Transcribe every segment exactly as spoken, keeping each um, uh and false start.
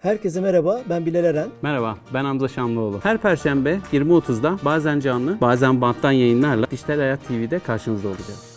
Herkese merhaba, ben Bilal Eren. Merhaba, ben Hamza Şamlıoğlu. Her Perşembe yirmi otuzda bazen canlı, bazen banttan yayınlarla Dijital Hayat T V'de karşınızda olacağız.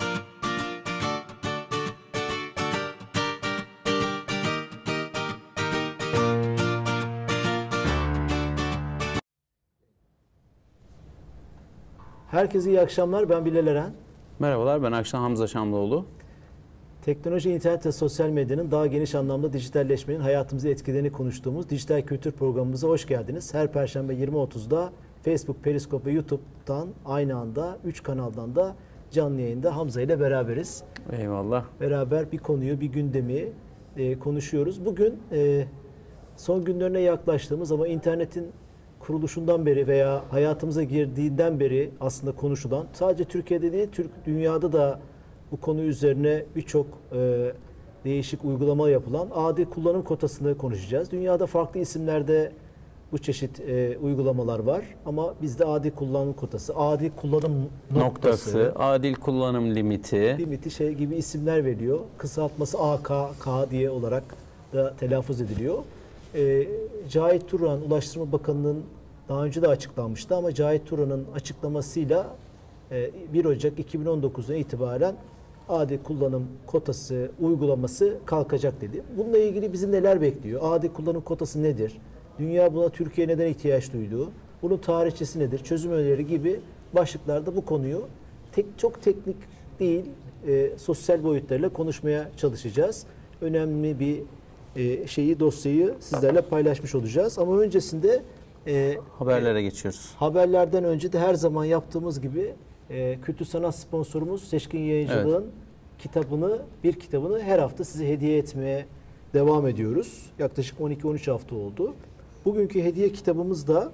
Herkese iyi akşamlar, ben Bilal Eren. Merhabalar, ben Akşam Hamza Şamlıoğlu. Teknoloji, internet ve sosyal medyanın daha geniş anlamda dijitalleşmenin hayatımızı etkilerini konuştuğumuz dijital kültür programımıza hoş geldiniz. Her Perşembe yirmi otuzda Facebook, Periscope ve YouTube'dan aynı anda üç kanaldan da canlı yayında Hamza ile beraberiz. Eyvallah. Beraber bir konuyu, bir gündemi e, konuşuyoruz. Bugün e, son günlerine yaklaştığımız ama internetin kuruluşundan beri veya hayatımıza girdiğinden beri aslında konuşulan, sadece Türkiye'de değil, Türk dünyada da bu konu üzerine birçok e, değişik uygulama yapılan adil kullanım kotasını konuşacağız. Dünyada farklı isimlerde bu çeşit e, uygulamalar var ama bizde adil kullanım kotası, adil kullanım noktası, noktası adil kullanım limiti, limiti şey gibi isimler veriyor. Kısaltması A K K diye olarak da telaffuz ediliyor. E, Cahit Turan, Ulaştırma Bakanı'nın daha önce de açıklanmıştı ama Cahit Turan'ın açıklamasıyla e, bir Ocak iki bin on dokuz'dan itibaren adil kullanım kotası uygulaması kalkacak dedi. Bununla ilgili bizi neler bekliyor? Adil kullanım kotası nedir? Dünya buna, Türkiye neden ihtiyaç duyduğu? Bunun tarihçesi nedir? Çözüm önerileri gibi başlıklarda bu konuyu tek, çok teknik değil, e, sosyal boyutlarıyla konuşmaya çalışacağız. Önemli bir e, şeyi, dosyayı sizlerle paylaşmış olacağız. Ama öncesinde e, haberlere e, geçiyoruz. Haberlerden önce de her zaman yaptığımız gibi e, kültür sanat sponsorumuz Seçkin Yayıncılığın evet. kitabını, bir kitabını her hafta size hediye etmeye devam ediyoruz. Yaklaşık on iki on üç hafta oldu. Bugünkü hediye kitabımız da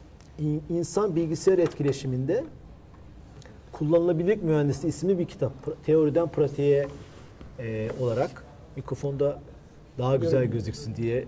İnsan Bilgisayar Etkileşiminde Kullanılabilirlik Mühendisliği isimli bir kitap. Teoriden pratiğe e, olarak mikrofonda daha güzel gözüksün diye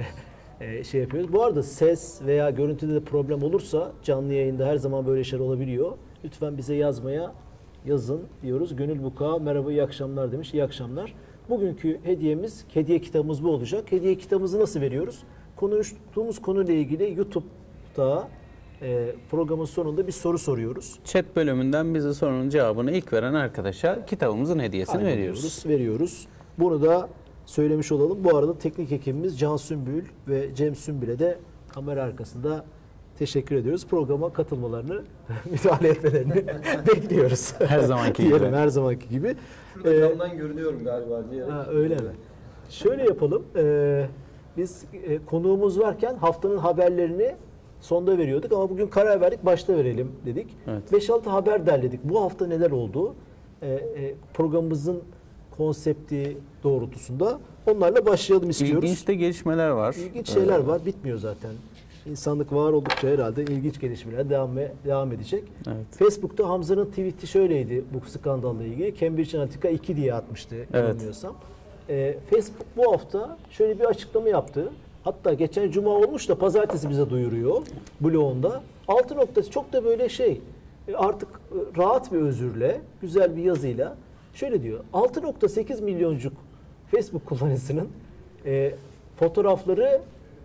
e, şey yapıyoruz. Bu arada ses veya görüntüde de problem olursa canlı yayında her zaman böyle şeyler olabiliyor. Lütfen bize yazmaya yazın diyoruz. Gönül Buka merhaba, iyi akşamlar demiş. İyi akşamlar. Bugünkü hediyemiz, hediye kitabımız bu olacak. Hediye kitabımızı nasıl veriyoruz? Konuştuğumuz konuyla ilgili YouTube'da e, programın sonunda bir soru soruyoruz. Chat bölümünden bize sorunun cevabını ilk veren arkadaşa kitabımızın hediyesini Aynen veriyoruz. Veriyoruz. Bunu da söylemiş olalım. Bu arada teknik ekibimiz Can Sümbül ve Cem Sümbül'e de kamera arkasında teşekkür ediyoruz. Programa katılmalarını, müdahale etmelerini bekliyoruz. Her zamanki Diyelim, gibi. Her zamanki gibi. Şurada ee, camdan görünüyorum galiba diye. Ha, öyle mi? Şöyle yapalım. Ee, biz e, konuğumuz varken haftanın haberlerini sonda veriyorduk ama bugün karar verdik, başta verelim dedik. Evet. beş altı haber derledik. Bu hafta neler oldu? Ee, e, programımızın konsepti doğrultusunda onlarla başlayalım istiyoruz. İlginç de gelişmeler var. İlginç şeyler ee, var. Bitmiyor zaten. İnsanlık var oldukça herhalde ilginç gelişmeler devam, devam edecek. Evet. Facebook'ta Hamza'nın tweet'i şöyleydi bu skandalla ilgili. Cambridge Analytica iki diye atmıştı yanılmıyorsam. Evet. Ee, Facebook bu hafta şöyle bir açıklama yaptı. Hatta geçen cuma olmuş da pazartesi bize duyuruyor blogunda. Altı noktası çok da böyle şey artık rahat bir özürle, güzel bir yazıyla şöyle diyor. altı nokta sekiz milyoncuk Facebook kullanıcısının e, fotoğrafları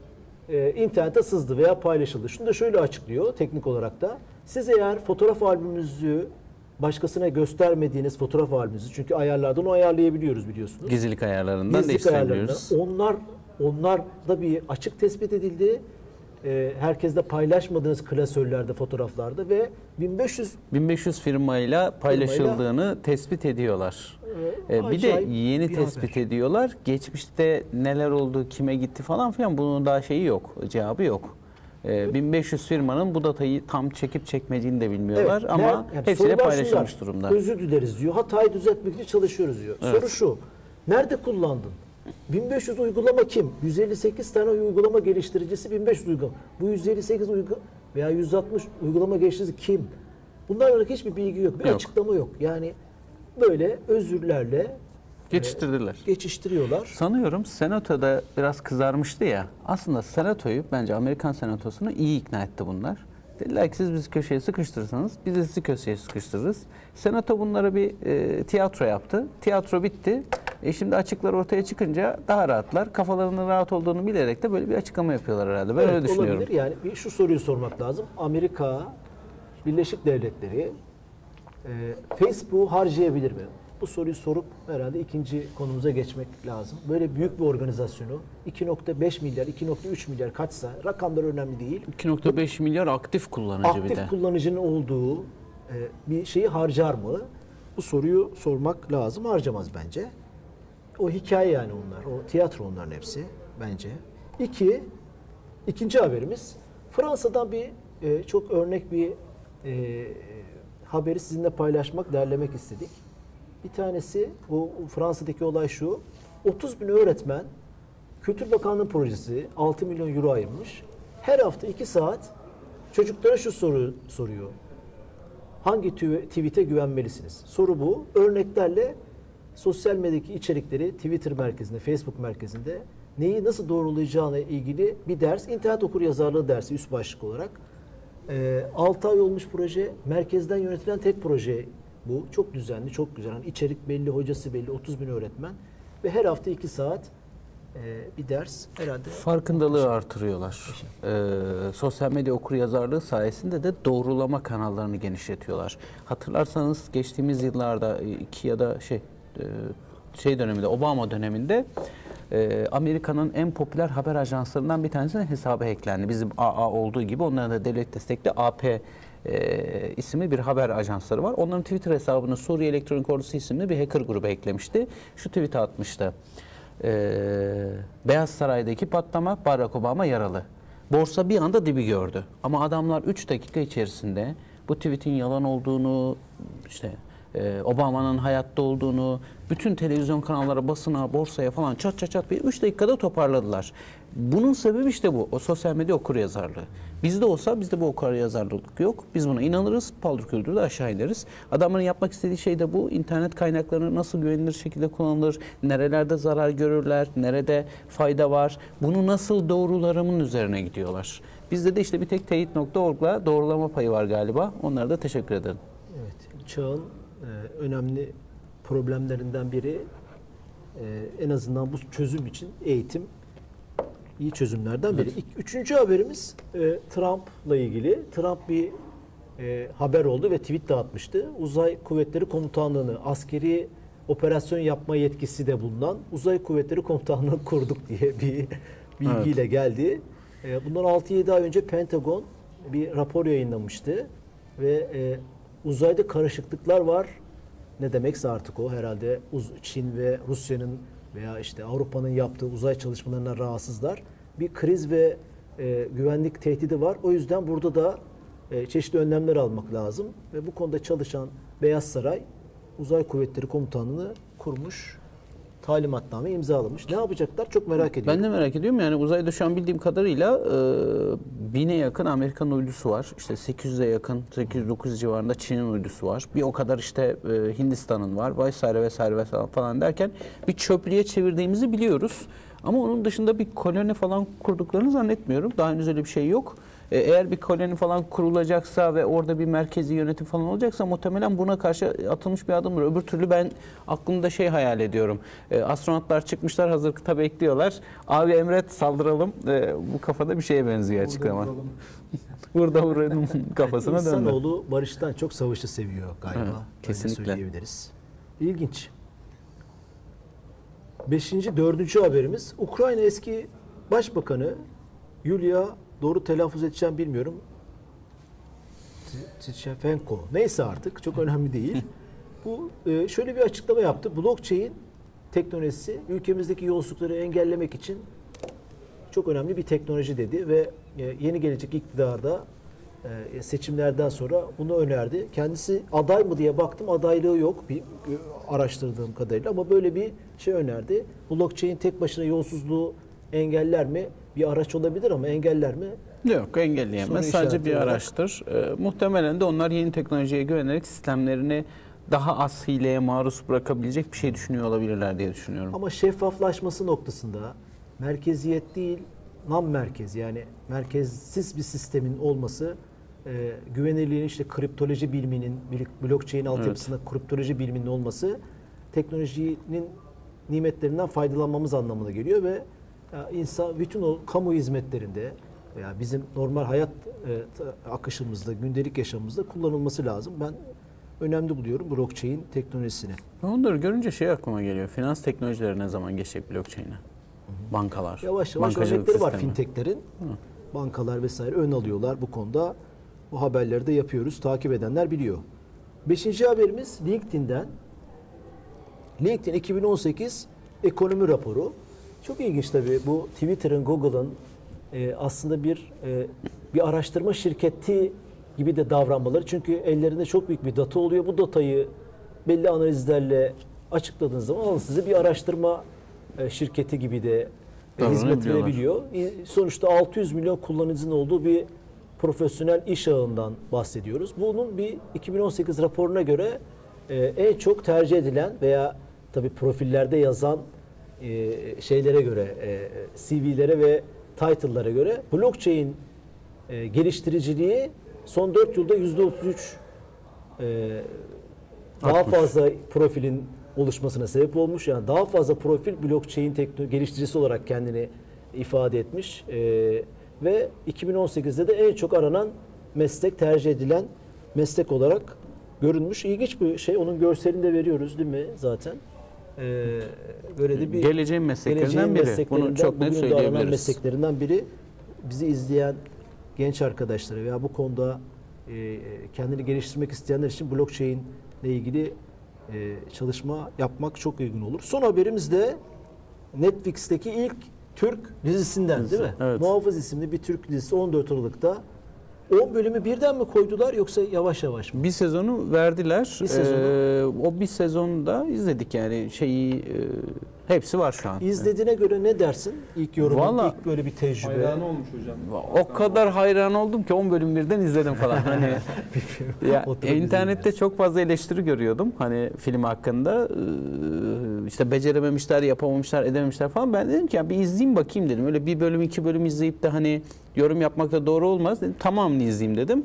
e, internete sızdı veya paylaşıldı. Şunu da şöyle açıklıyor teknik olarak da. Siz eğer fotoğraf albümünüzü başkasına göstermediğiniz fotoğraf albümünüzü, çünkü ayarlardan onu ayarlayabiliyoruz biliyorsunuz. Gizlilik ayarlarından değiştirebiliyoruz. Onlar onlar da bir açık tespit edildi. E, herkesle paylaşmadığınız klasörlerde, fotoğraflarda ve bin beş yüz bin beş yüz firmayla paylaşıldığını firmayla, tespit ediyorlar. E, ee, bir de yeni bir tespit haber. ediyorlar. Geçmişte neler oldu, kime gitti falan filan bunun daha şeyi yok, cevabı yok. E, bin beş yüz firmanın bu datayı tam çekip çekmediğini de bilmiyorlar evet, ama yani hepsiyle paylaşılmış şunlar, durumda. Özür dileriz diyor. Hatayı düzeltmek için çalışıyoruz diyor. Evet. Soru şu. Nerede kullandın? bin beş yüz uygulama kim? yüz elli sekiz tane uygulama geliştiricisi bin beş yüz uygulama. Bu yüz elli sekiz uygulama veya yüz altmış uygulama geliştiricisi kim? Bunlarla hiçbir bilgi yok. Bir yok. açıklama yok. Yani böyle özürlerle geçiştirdiler. E, geçiştiriyorlar. Sanıyorum Senato'da biraz kızarmıştı ya. Aslında Senato'yu, bence Amerikan Senato'sunu iyi ikna etti bunlar. Dediler ki siz bizi köşeye sıkıştırırsanız biz de sizi köşeye sıkıştırırız. Senato bunlara bir e, tiyatro yaptı. Tiyatro bitti. E şimdi açıklar ortaya çıkınca daha rahatlar. Kafalarının rahat olduğunu bilerek de böyle bir açıklama yapıyorlar herhalde. Ben Evet, öyle düşünüyorum. olabilir. Yani bir şu soruyu sormak lazım. Amerika Birleşik Devletleri e, Facebook'u harcayabilir mi? Bu soruyu sorup herhalde ikinci konumuza geçmek lazım. Böyle büyük bir organizasyonu iki nokta beş milyar, iki nokta üç milyar kaçsa, rakamlar önemli değil. iki nokta beş milyar aktif kullanıcı Aktif bir de. kullanıcının olduğu e, bir şeyi harcar mı? Bu soruyu sormak lazım. Harcamaz bence. O hikaye yani onlar. O tiyatro onların hepsi bence. İki, ikinci haberimiz. Fransa'dan bir e, çok örnek bir e, haberi sizinle paylaşmak, derlemek istedik. Bir tanesi, bu Fransa'daki olay şu. otuz bin öğretmen Kültür Bakanlığı projesi altı milyon euro ayırmış. Her hafta iki saat çocuklara şu soru soruyor. Hangi tweet'e güvenmelisiniz? Soru bu. Örneklerle sosyal medyadaki içerikleri Twitter merkezinde, Facebook merkezinde neyi nasıl doğrulayacağına ilgili bir ders. İnternet okuryazarlığı dersi üst başlık olarak. E, altı ay olmuş proje. Merkezden yönetilen tek proje bu. Çok düzenli, çok güzel. Yani içerik belli, hocası belli, otuz bin öğretmen. Ve her hafta iki saat e, bir ders herhalde. Farkındalığı artırıyorlar. Ee, sosyal medya okuryazarlığı sayesinde de doğrulama kanallarını genişletiyorlar. Hatırlarsanız geçtiğimiz yıllarda iki ya da şey e, şey döneminde, Obama döneminde e, Amerika'nın en popüler haber ajanslarından bir tanesine hesabı hacklendi. Bizim A A olduğu gibi onların da devlet destekli A P e, isimli bir haber ajansları var. Onların Twitter hesabını Suriye Elektronik Ordusu isimli bir hacker grubu eklemişti. Şu tweet'i atmıştı. Ee, Beyaz Saray'daki patlama, Barack Obama yaralı. Borsa bir anda dibi gördü. Ama adamlar üç dakika içerisinde bu tweet'in yalan olduğunu, işte e, Obama'nın hayatta olduğunu, bütün televizyon kanallara, basına, borsaya falan çat çat çat bir üç dakikada toparladılar. Bunun sebebi işte bu. O sosyal medya okuryazarlığı. Bizde olsa bizde bu okuryazarlık yok. Biz buna inanırız. Paldır küldür de aşağı ineriz. Adamların yapmak istediği şey de bu. İnternet kaynaklarını nasıl güvenilir şekilde kullanılır? Nerelerde zarar görürler? Nerede fayda var? Bunu nasıl doğrularımın üzerine gidiyorlar. Bizde de işte bir tek teyit nokta org'la doğrulama payı var galiba. Onlara da teşekkür ederim. Evet. Çağın e, önemli problemlerinden biri e, en azından bu çözüm için eğitim iyi çözümlerden biri. Evet. Üçüncü haberimiz e, Trump'la ilgili. Trump bir e, haber oldu ve tweet dağıtmıştı. Uzay Kuvvetleri Komutanlığı'nı, askeri operasyon yapma yetkisi de bulunan Uzay Kuvvetleri Komutanlığı'nı kurduk diye bir bilgiyle evet. geldi. E, bundan altı yedi ay önce Pentagon bir rapor yayınlamıştı ve e, uzayda karışıklıklar var. Ne demekse artık o herhalde Çin ve Rusya'nın veya işte Avrupa'nın yaptığı uzay çalışmalarına rahatsızlar. Bir kriz ve e, güvenlik tehdidi var. O yüzden burada da e, çeşitli önlemler almak lazım. Ve bu konuda çalışan Beyaz Saray Uzay Kuvvetleri Komutanlığı'nı kurmuş. Talimatname imzalamış. Ne yapacaklar? Çok merak ediyorum. Ben de merak ediyorum. Yani uzayda şu an bildiğim kadarıyla e, bine yakın Amerikan uydusu var. İşte sekiz yüze yakın, sekiz yüz dokuz yüz civarında Çin'in uydusu var. Bir o kadar işte e, Hindistan'ın var. Vesaire vesaire vesaire falan derken bir çöplüğe çevirdiğimizi biliyoruz. Ama onun dışında bir koloni falan kurduklarını zannetmiyorum. Daha henüz öyle bir şey yok. Eğer bir koloni falan kurulacaksa ve orada bir merkezi yönetim falan olacaksa muhtemelen buna karşı atılmış bir adımdır. Öbür türlü ben aklımda şey hayal ediyorum. E, astronotlar çıkmışlar, hazır kıta bekliyorlar. Abi emret, saldıralım. E, bu kafada bir şeye benziyor açıklama. Burada vuralım kafasına yani döndü. İnsanoğlu barıştan çok savaşı seviyor galiba. Evet, kesinlikle. Söyleyebiliriz. İlginç. Beşinci, dördüncü haberimiz. Ukrayna eski Başbakanı Yulia, doğru telaffuz edeceğim bilmiyorum. Tishchenko. Neyse artık çok önemli değil. Bu şöyle bir açıklama yaptı. Blockchain teknolojisi ülkemizdeki yolsuzlukları engellemek için çok önemli bir teknoloji dedi ve yeni gelecek iktidarda seçimlerden sonra bunu önerdi. Kendisi aday mı diye baktım, adaylığı yok bir araştırdığım kadarıyla ama böyle bir şey önerdi. Blockchain tek başına yolsuzluğu engeller mi? Bir araç olabilir ama engeller mi? Yok, engelleyemez. Sadece bir araçtır. E, muhtemelen de onlar yeni teknolojiye güvenerek sistemlerini daha az hileye maruz bırakabilecek bir şey düşünüyor olabilirler diye düşünüyorum. Ama şeffaflaşması noktasında merkeziyet değil, nam merkez yani merkezsiz bir sistemin olması e, güvenilirliğin işte kriptoloji biliminin, blockchain altyapısında evet. kriptoloji biliminin olması teknolojinin nimetlerinden faydalanmamız anlamına geliyor ve ya insan bütün o kamu hizmetlerinde veya bizim normal hayat e, akışımızda, gündelik yaşamımızda kullanılması lazım. Ben önemli buluyorum blockchain teknolojisini. Onları görünce şey aklıma geliyor. Finans teknolojileri ne zaman geçecek blockchain'e? Bankalar. Yavaş yavaş bankacılık örnekleri var sistemi. fintechlerin. Bankalar vesaire ön alıyorlar bu konuda. Bu haberleri de yapıyoruz. Takip edenler biliyor. Beşinci haberimiz LinkedIn'den. LinkedIn iki bin on sekiz ekonomi raporu. Çok ilginç tabii. Bu Twitter'ın, Google'ın e, aslında bir e, bir araştırma şirketi gibi de davranmaları. Çünkü ellerinde çok büyük bir data oluyor. Bu datayı belli analizlerle açıkladığınız zaman alın size bir araştırma e, şirketi gibi de e, hizmet verebiliyor. E, sonuçta altı yüz milyon kullanıcının olduğu bir profesyonel iş ağından bahsediyoruz. Bunun bir iki bin on sekiz raporuna göre e, en çok tercih edilen veya tabii profillerde yazan e, şeylere göre, e, C V'lere ve title'lara göre blockchain e, geliştiriciliği son dört yılda yüzde otuz üç e, daha Artmış. fazla profilin oluşmasına sebep olmuş. Yani daha fazla profil blockchain teknoloji geliştiricisi olarak kendini ifade etmiş. E, ve iki bin on sekizde de en çok aranan meslek, tercih edilen meslek olarak görünmüş. İlginç bir şey. Onun görselini de veriyoruz değil mi zaten? Ee, böyle de bir geleceğin mesleklerinden geleceğin biri. Bunu çok net bugün de aranan söyleyebiliriz. mesleklerinden biri. Bizi izleyen genç arkadaşlara veya bu konuda e, kendini geliştirmek isteyenler için blockchain ile ilgili e, çalışma yapmak çok uygun olur. Son haberimiz de Netflix'teki ilk Türk dizisinden Dizi, değil mi? evet. Muhafız isimli bir Türk dizisi on dört Aralık'ta. on bölümü birden mi koydular yoksa yavaş yavaş mı? Bir sezonu verdiler. Bir sezonu. Ee, o bir sezonu da izledik yani şeyi e, hepsi var şu an. İzlediğine göre ne dersin? İlk yorumun, Vallahi- ilk böyle bir tecrübe. Hayran olmuş hocam. O kadar hayran oldum ki on bölüm birden izledim falan. Hani ya, Oturup internette izleyeceğiz. çok fazla eleştiri görüyordum hani film hakkında. Ee, işte becerememişler, yapamamışlar, edememişler falan. Ben dedim ki ya bir izleyeyim bakayım dedim. Öyle bir bölüm, iki bölüm izleyip de hani yorum yapmak da doğru olmaz dedim. Tamamını izleyeyim dedim.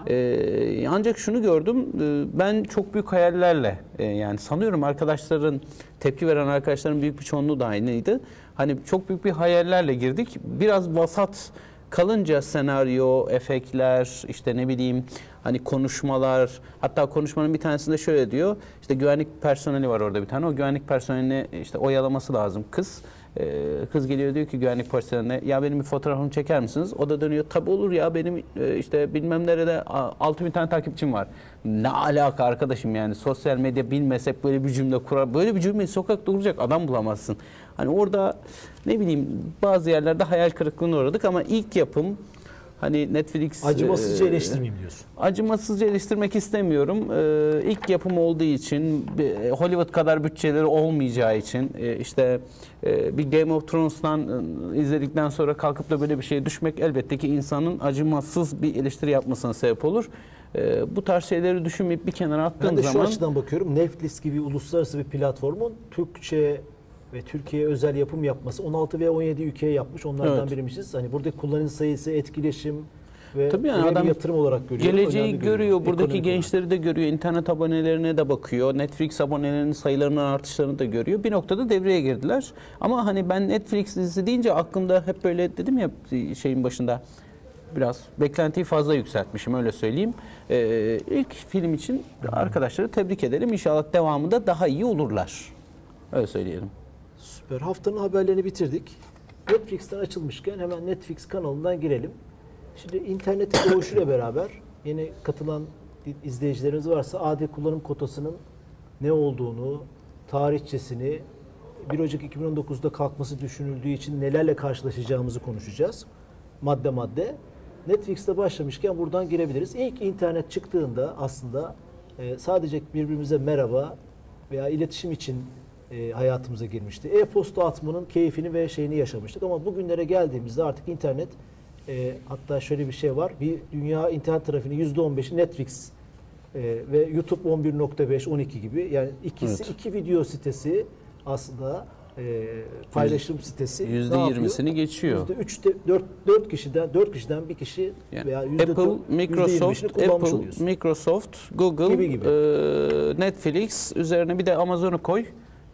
Ee, ancak şunu gördüm. e, Ben çok büyük hayallerle e, yani sanıyorum arkadaşların tepki veren arkadaşların büyük bir çoğunluğu da aynıydı. Hani çok büyük bir hayallerle girdik. Biraz vasat kalınca senaryo, efektler, işte ne bileyim hani konuşmalar, hatta konuşmanın bir tanesinde şöyle diyor. İşte güvenlik personeli var orada bir tane. O güvenlik personelini işte oyalaması lazım kız. Ee, kız geliyor diyor ki güvenlik personeline ya benim bir fotoğrafımı çeker misiniz? O da dönüyor tabii olur ya benim e, işte bilmem nerede altı bin tane takipçim var. Ne alaka arkadaşım yani sosyal medya bilmesek böyle bir cümle kurar. Böyle bir cümleyi sokakta kuracak adam bulamazsın. Hani orada ne bileyim bazı yerlerde hayal kırıklığına uğradık ama ilk yapım hani Netflix Acımasızca e, eleştirmeyeyim diyorsun. Acımasızca eleştirmek istemiyorum. Ee, ilk yapım olduğu için, bir Hollywood kadar bütçeleri olmayacağı için, e, işte e, bir Game of Thrones'tan e, izledikten sonra kalkıp da böyle bir şeye düşmek elbette ki insanın acımasız bir eleştiri yapmasına sebep olur. E, bu tarz şeyleri düşünmeyip bir kenara attığım Ben de şu zaman... açıdan bakıyorum. Netflix gibi uluslararası bir platformun Türkçe ve Türkiye'ye özel yapım yapması on altı veya on yedi ülkeye yapmış. Onlardan Evet. biriymişiz. Hani burada kullanıcı sayısı, etkileşim ve Tabii yani buraya bir adam yatırım olarak görüyor. geleceği Önemli görüyor, buradaki Ekonomik gençleri de görüyor, internet abonelerine de bakıyor, Netflix abonelerinin sayılarının artışlarını da görüyor. Bir noktada devreye girdiler. Ama hani ben Netflix dizisi deyince aklımda hep böyle dedim ya şeyin başında biraz beklentiyi fazla yükseltmişim öyle söyleyeyim. Ee, ilk film için arkadaşları tebrik edelim. İnşallah devamında daha iyi olurlar. Öyle söyleyelim. Süper. Haftanın haberlerini bitirdik. Netflix'ten açılmışken hemen Netflix kanalından girelim. Şimdi internetin doğuşuyla beraber yeni katılan izleyicilerimiz varsa adil kullanım kotasının ne olduğunu, tarihçesini, bir Ocak iki bin on dokuzda kalkması düşünüldüğü için nelerle karşılaşacağımızı konuşacağız. Madde madde. Netflix'te başlamışken buradan girebiliriz. İlk internet çıktığında aslında sadece birbirimize merhaba veya iletişim için E, hayatımıza girmişti. E-posta atmanın keyfini ve şeyini yaşamıştık ama bugünlere geldiğimizde artık internet e, hatta şöyle bir şey var. Bir dünya internet trafiğinin yüzde on beşi Netflix e, ve YouTube on bir nokta beş on iki gibi yani ikisi Evet. iki video sitesi aslında e, paylaşım sitesi. yüzde yirmisini geçiyor. yüzde üçte dört dört kişiden dört kişiden bir kişi Yani veya yüzde Apple, Microsoft, kullanmış Apple, oluyorsun. Microsoft, Google, Gibi gibi. e, Netflix üzerine bir de Amazon'u koy.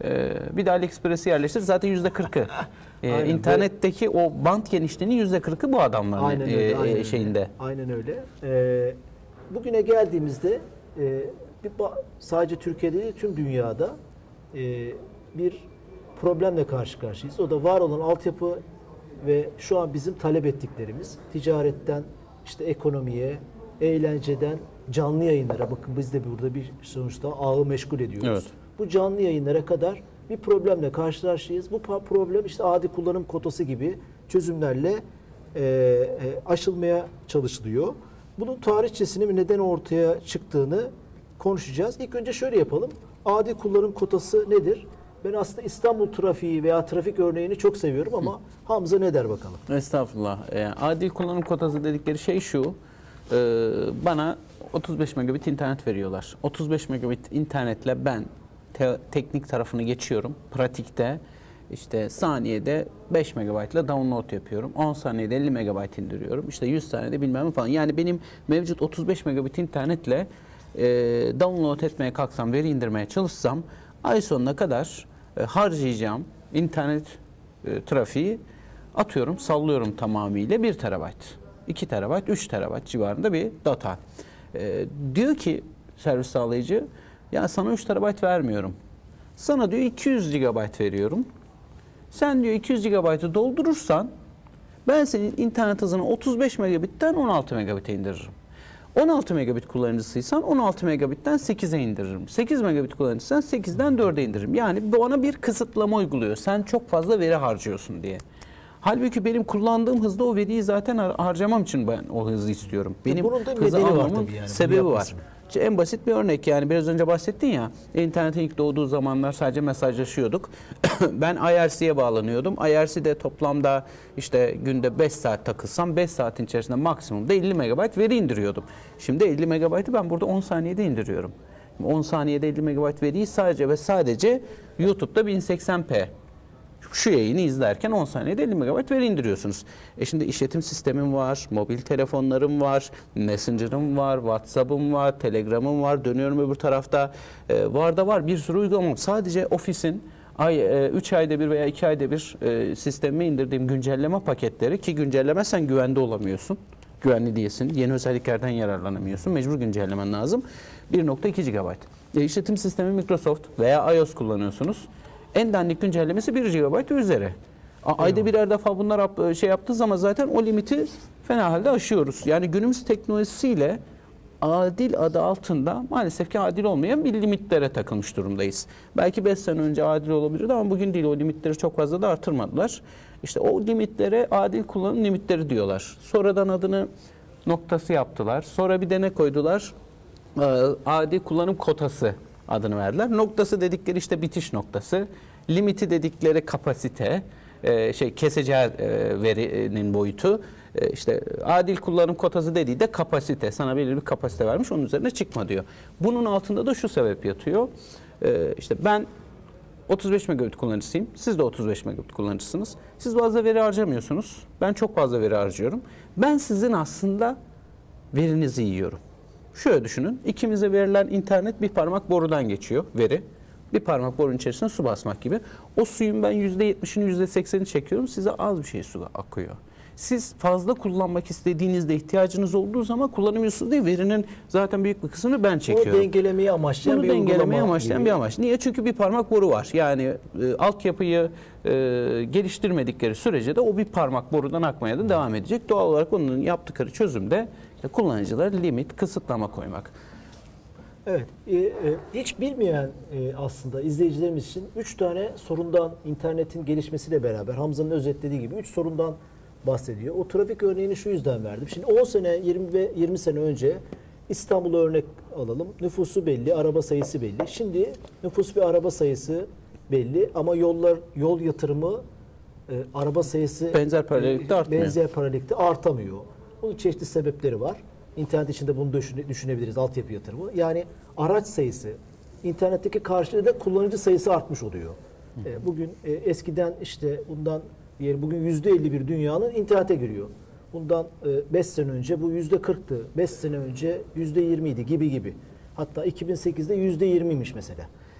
Ee, bir de AliExpress'i yerleştir. Zaten yüzde kırkı. Ee, Aynen. internetteki o bant genişliğinin yüzde kırkı bu adamların Aynen öyle, e, aynen şeyinde. Öyle. Aynen öyle. Ee, bugüne geldiğimizde e, bir ba- sadece Türkiye'de değil tüm dünyada e, bir problemle karşı karşıyayız. O da var olan altyapı ve şu an bizim talep ettiklerimiz ticaretten işte ekonomiye, eğlenceden canlı yayınlara, bakın biz de burada bir sonuçta ağı meşgul ediyoruz. Evet. Bu canlı yayınlara kadar bir problemle karşı karşıyayız. Bu problem işte adil kullanım kotası gibi çözümlerle e, e, aşılmaya çalışılıyor. Bunun tarihçesini ve neden ortaya çıktığını konuşacağız. İlk önce şöyle yapalım. Adil kullanım kotası nedir? Ben aslında İstanbul trafiği veya trafik örneğini çok seviyorum ama Hamza ne der bakalım? Estağfurullah. Ee, adil kullanım kotası dedikleri şey şu. E, bana otuz beş megabit internet veriyorlar. otuz beş megabit internetle ben te- teknik tarafını geçiyorum. Pratikte işte saniyede beş megabayt ile download yapıyorum. on saniyede elli megabayt indiriyorum. İşte yüz saniyede bilmem ne falan. Yani benim mevcut otuz beş megabit internetle e, download etmeye kalksam, veri indirmeye çalışsam ay sonuna kadar e, harcayacağım internet e, trafiği atıyorum, sallıyorum tamamıyla bir terabayt, iki terabayt, üç terabayt civarında bir data. E, diyor ki servis sağlayıcı, ya sana üç terabayt vermiyorum. Sana diyor iki yüz gigabayt veriyorum. Sen diyor iki yüz gigabaytı doldurursan ben senin internet hızını otuz beş megabitten on altı megabite indiririm. on altı megabit kullanıcısıysan on altı megabitten sekize indiririm. sekiz megabit kullanıcısıysan sekizden dörde indiririm. Yani bana bir kısıtlama uyguluyor. Sen çok fazla veri harcıyorsun diye. Halbuki benim kullandığım hızda o veriyi zaten har- harcamam için ben o hızı istiyorum. Benim Bunun da hızı nedeni var almamın tabii yani, bunu sebebi var. yapmasın. İşte en basit bir örnek, yani biraz önce bahsettin ya, internetin ilk doğduğu zamanlar sadece mesajlaşıyorduk. Ben I R C'ye bağlanıyordum. I R C'de toplamda işte günde beş saat takılsam beş saatin içerisinde maksimumda elli megabayt veri indiriyordum. Şimdi elli megabaytı ben burada on saniyede indiriyorum. on saniyede elli megabayt veriyi sadece ve sadece YouTube'da bin seksen p. Şu yayını izlerken on saniyede elli megabayt veri indiriyorsunuz. E şimdi işletim sistemim var, mobil telefonlarım var, Messenger'ım var, WhatsApp'ım var, Telegram'ım var, dönüyorum öbür tarafta. E, var da var bir sürü uygulamam. Sadece ofisin ay üç ayda bir veya iki ayda bir e, sistemime indirdiğim güncelleme paketleri, ki güncellemezsen güvende olamıyorsun. Güvenli değilsin. Yeni özelliklerden yararlanamıyorsun. Mecbur güncellemen lazım. bir nokta iki gigabayt. E, işletim sistemi Microsoft veya iOS kullanıyorsunuz. En dandik güncellemesi bir gigabayt üzeri. A- Ayda birer defa bunlar yap- şey yaptığı zaman zaten o limiti fena halde aşıyoruz. Yani günümüz teknolojisiyle adil adı altında maalesef ki adil olmayan bir limitlere takılmış durumdayız. Belki beş sene önce adil olabilirdi ama bugün değil, o limitleri çok fazla da artırmadılar. İşte o limitlere adil kullanım limitleri diyorlar. Sonradan adını noktası yaptılar. Sonra bir de ne koydular? Ee, Adil kullanım kotası adını verdiler. Noktası dedikleri işte bitiş noktası. Limiti dedikleri kapasite, e, şey keseceği e, verinin boyutu. E, işte adil kullanım kotası dediği de kapasite. Sana belirli bir kapasite vermiş, onun üzerine çıkma diyor. Bunun altında da şu sebep yatıyor. E, işte ben otuz beş megabit kullanıcısıyım. Siz de otuz beş megabit kullanıcısınız. Siz fazla veri harcamıyorsunuz. Ben çok fazla veri harcıyorum. Ben sizin aslında verinizi yiyorum. Şöyle düşünün. İkimize verilen internet bir parmak borudan geçiyor veri. Bir parmak borunun içerisine su basmak gibi. O suyun ben yüzde yetmişini yüzde seksenini çekiyorum. Size az bir şey su akıyor. Siz fazla kullanmak istediğinizde, ihtiyacınız olduğu zaman kullanamıyorsunuz diye verinin zaten büyük bir kısmını ben çekiyorum. Bunu dengelemeyi amaçlayan Bunu bir dengelemeyi uygulama amaçlayan gibi. bir amaç. Niye? Çünkü bir parmak boru var. Yani e, altyapıyı e, geliştirmedikleri sürece de o bir parmak borudan akmaya da devam edecek. Doğal olarak onun yaptıkları çözüm de işte kullanıcılara limit, kısıtlama koymak. Evet, e, e, hiç bilmeyen e, aslında izleyicilerimiz için üç tane sorundan, internetin gelişmesiyle beraber Hamza'nın özetlediği gibi üç sorundan bahsediyor. O trafik örneğini şu yüzden verdim. Şimdi on sene, yirmi ve yirmi sene önce İstanbul'u örnek alalım. Nüfusu belli, araba sayısı belli. Şimdi nüfus ve araba sayısı belli ama yollar yol yatırımı e, araba sayısı Benzer paralellikte e, artmıyor. Benzer paralellikte artamıyor. Bunun çeşitli sebepleri var. İnternet içinde bunu düşüne- düşünebiliriz, altyapı yatırımı. Yani araç sayısı, internetteki karşılığı da kullanıcı sayısı artmış oluyor. E, bugün e, eskiden işte bundan diyelim bugün yüzde elli bir dünyanın internete giriyor. Bundan beş sene önce bu yüzde kırktı. beş sene önce yüzde yirmi idi gibi gibi. Hatta iki bin sekizde yüzde yirmiymiş mesela.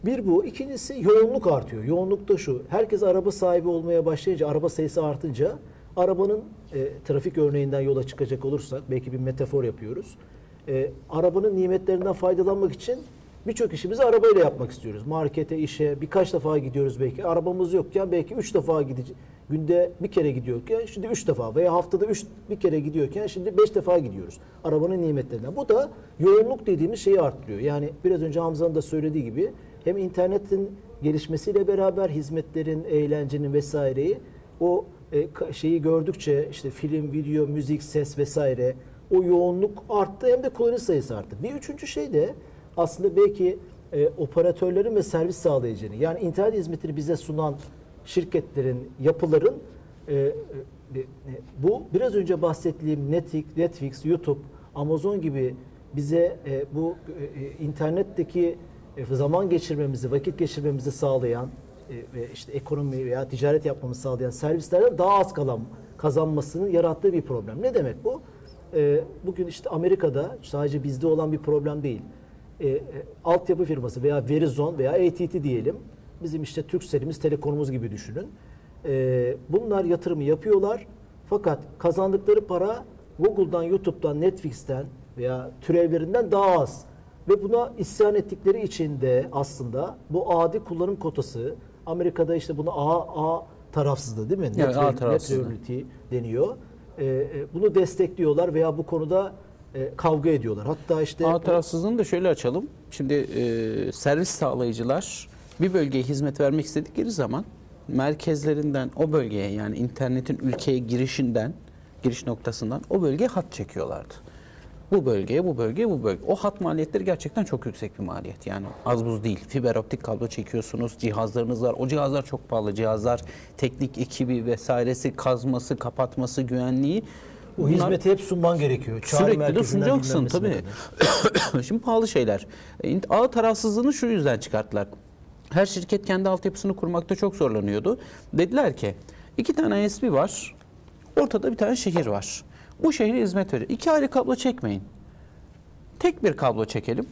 Bir bu. İkincisi yoğunluk artıyor. Yoğunluk da şu. Herkes araba sahibi olmaya başlayınca, araba sayısı artınca arabanın e, trafik örneğinden yola çıkacak olursak, belki bir metafor yapıyoruz. E, arabanın nimetlerinden faydalanmak için birçok işimizi arabayla yapmak istiyoruz. Markete, işe birkaç defa gidiyoruz belki. Arabamız yokken belki üç defa gideceğiz. Günde bir kere gidiyorken şimdi üç defa veya haftada üç bir kere gidiyorken şimdi beş defa gidiyoruz. Arabanın nimetlerinden. Bu da yoğunluk dediğimiz şeyi arttırıyor. Yani biraz önce Hamza'nın da söylediği gibi hem internetin gelişmesiyle beraber hizmetlerin, eğlencenin vesaireyi o e, şeyi gördükçe işte film, video, müzik, ses vesaire o yoğunluk arttı hem de kullanıcı sayısı arttı. Bir üçüncü şey de aslında belki e, operatörlerin ve servis sağlayıcının yani internet hizmetini bize sunan şirketlerin, yapıların e, e, e, bu biraz önce bahsettiğim Netflix, Netflix, YouTube, Amazon gibi bize e, bu e, internetteki e, zaman geçirmemizi, vakit geçirmemizi sağlayan e, ve işte ekonomi veya ticaret yapmamızı sağlayan servislerden daha az kalan kazanmasının yarattığı bir problem. Ne demek bu? E, bugün işte Amerika'da sadece bizde olan bir problem değil. E, e, altyapı firması veya Verizon veya A T and T diyelim. Bizim işte Turkcell'imiz, Telekom'umuz gibi düşünün. E, bunlar yatırımı yapıyorlar. Fakat kazandıkları para Google'dan, YouTube'dan, Netflix'ten veya türevlerinden daha az. Ve buna isyan ettikleri için de aslında bu adi kullanım kotası, Amerika'da işte buna A, A tarafsızlığı değil mi? Evet, A tarafsızlığı deniyor. E, bunu destekliyorlar veya bu konuda e, kavga ediyorlar. Hatta işte A tarafsızlığını da şöyle açalım. Şimdi e, servis sağlayıcılar bir bölgeye hizmet vermek istedikleri zaman merkezlerinden o bölgeye yani internetin ülkeye girişinden, giriş noktasından o bölgeye hat çekiyorlardı. Bu bölgeye, bu bölgeye, bu bölgeye. O hat maliyetleri gerçekten çok yüksek bir maliyet. Yani az buz değil. Fiber optik kablo çekiyorsunuz, cihazlarınız var. O cihazlar çok pahalı cihazlar. Teknik ekibi vesairesi, kazması, kapatması, güvenliği. o hizmeti hep sunman gerekiyor. Çağrı Sürekli de merkezinden sunacaksın bilmem nesine tabii. kadar. Şimdi pahalı şeyler. Ağ tarafsızlığını şu yüzden çıkarttılar. Her şirket kendi altyapısını kurmakta çok zorlanıyordu. Dediler ki iki tane I S P var. Ortada bir tane şehir var. Bu şehre hizmet veriyor. İki ayrı kablo çekmeyin. Tek bir kablo çekelim.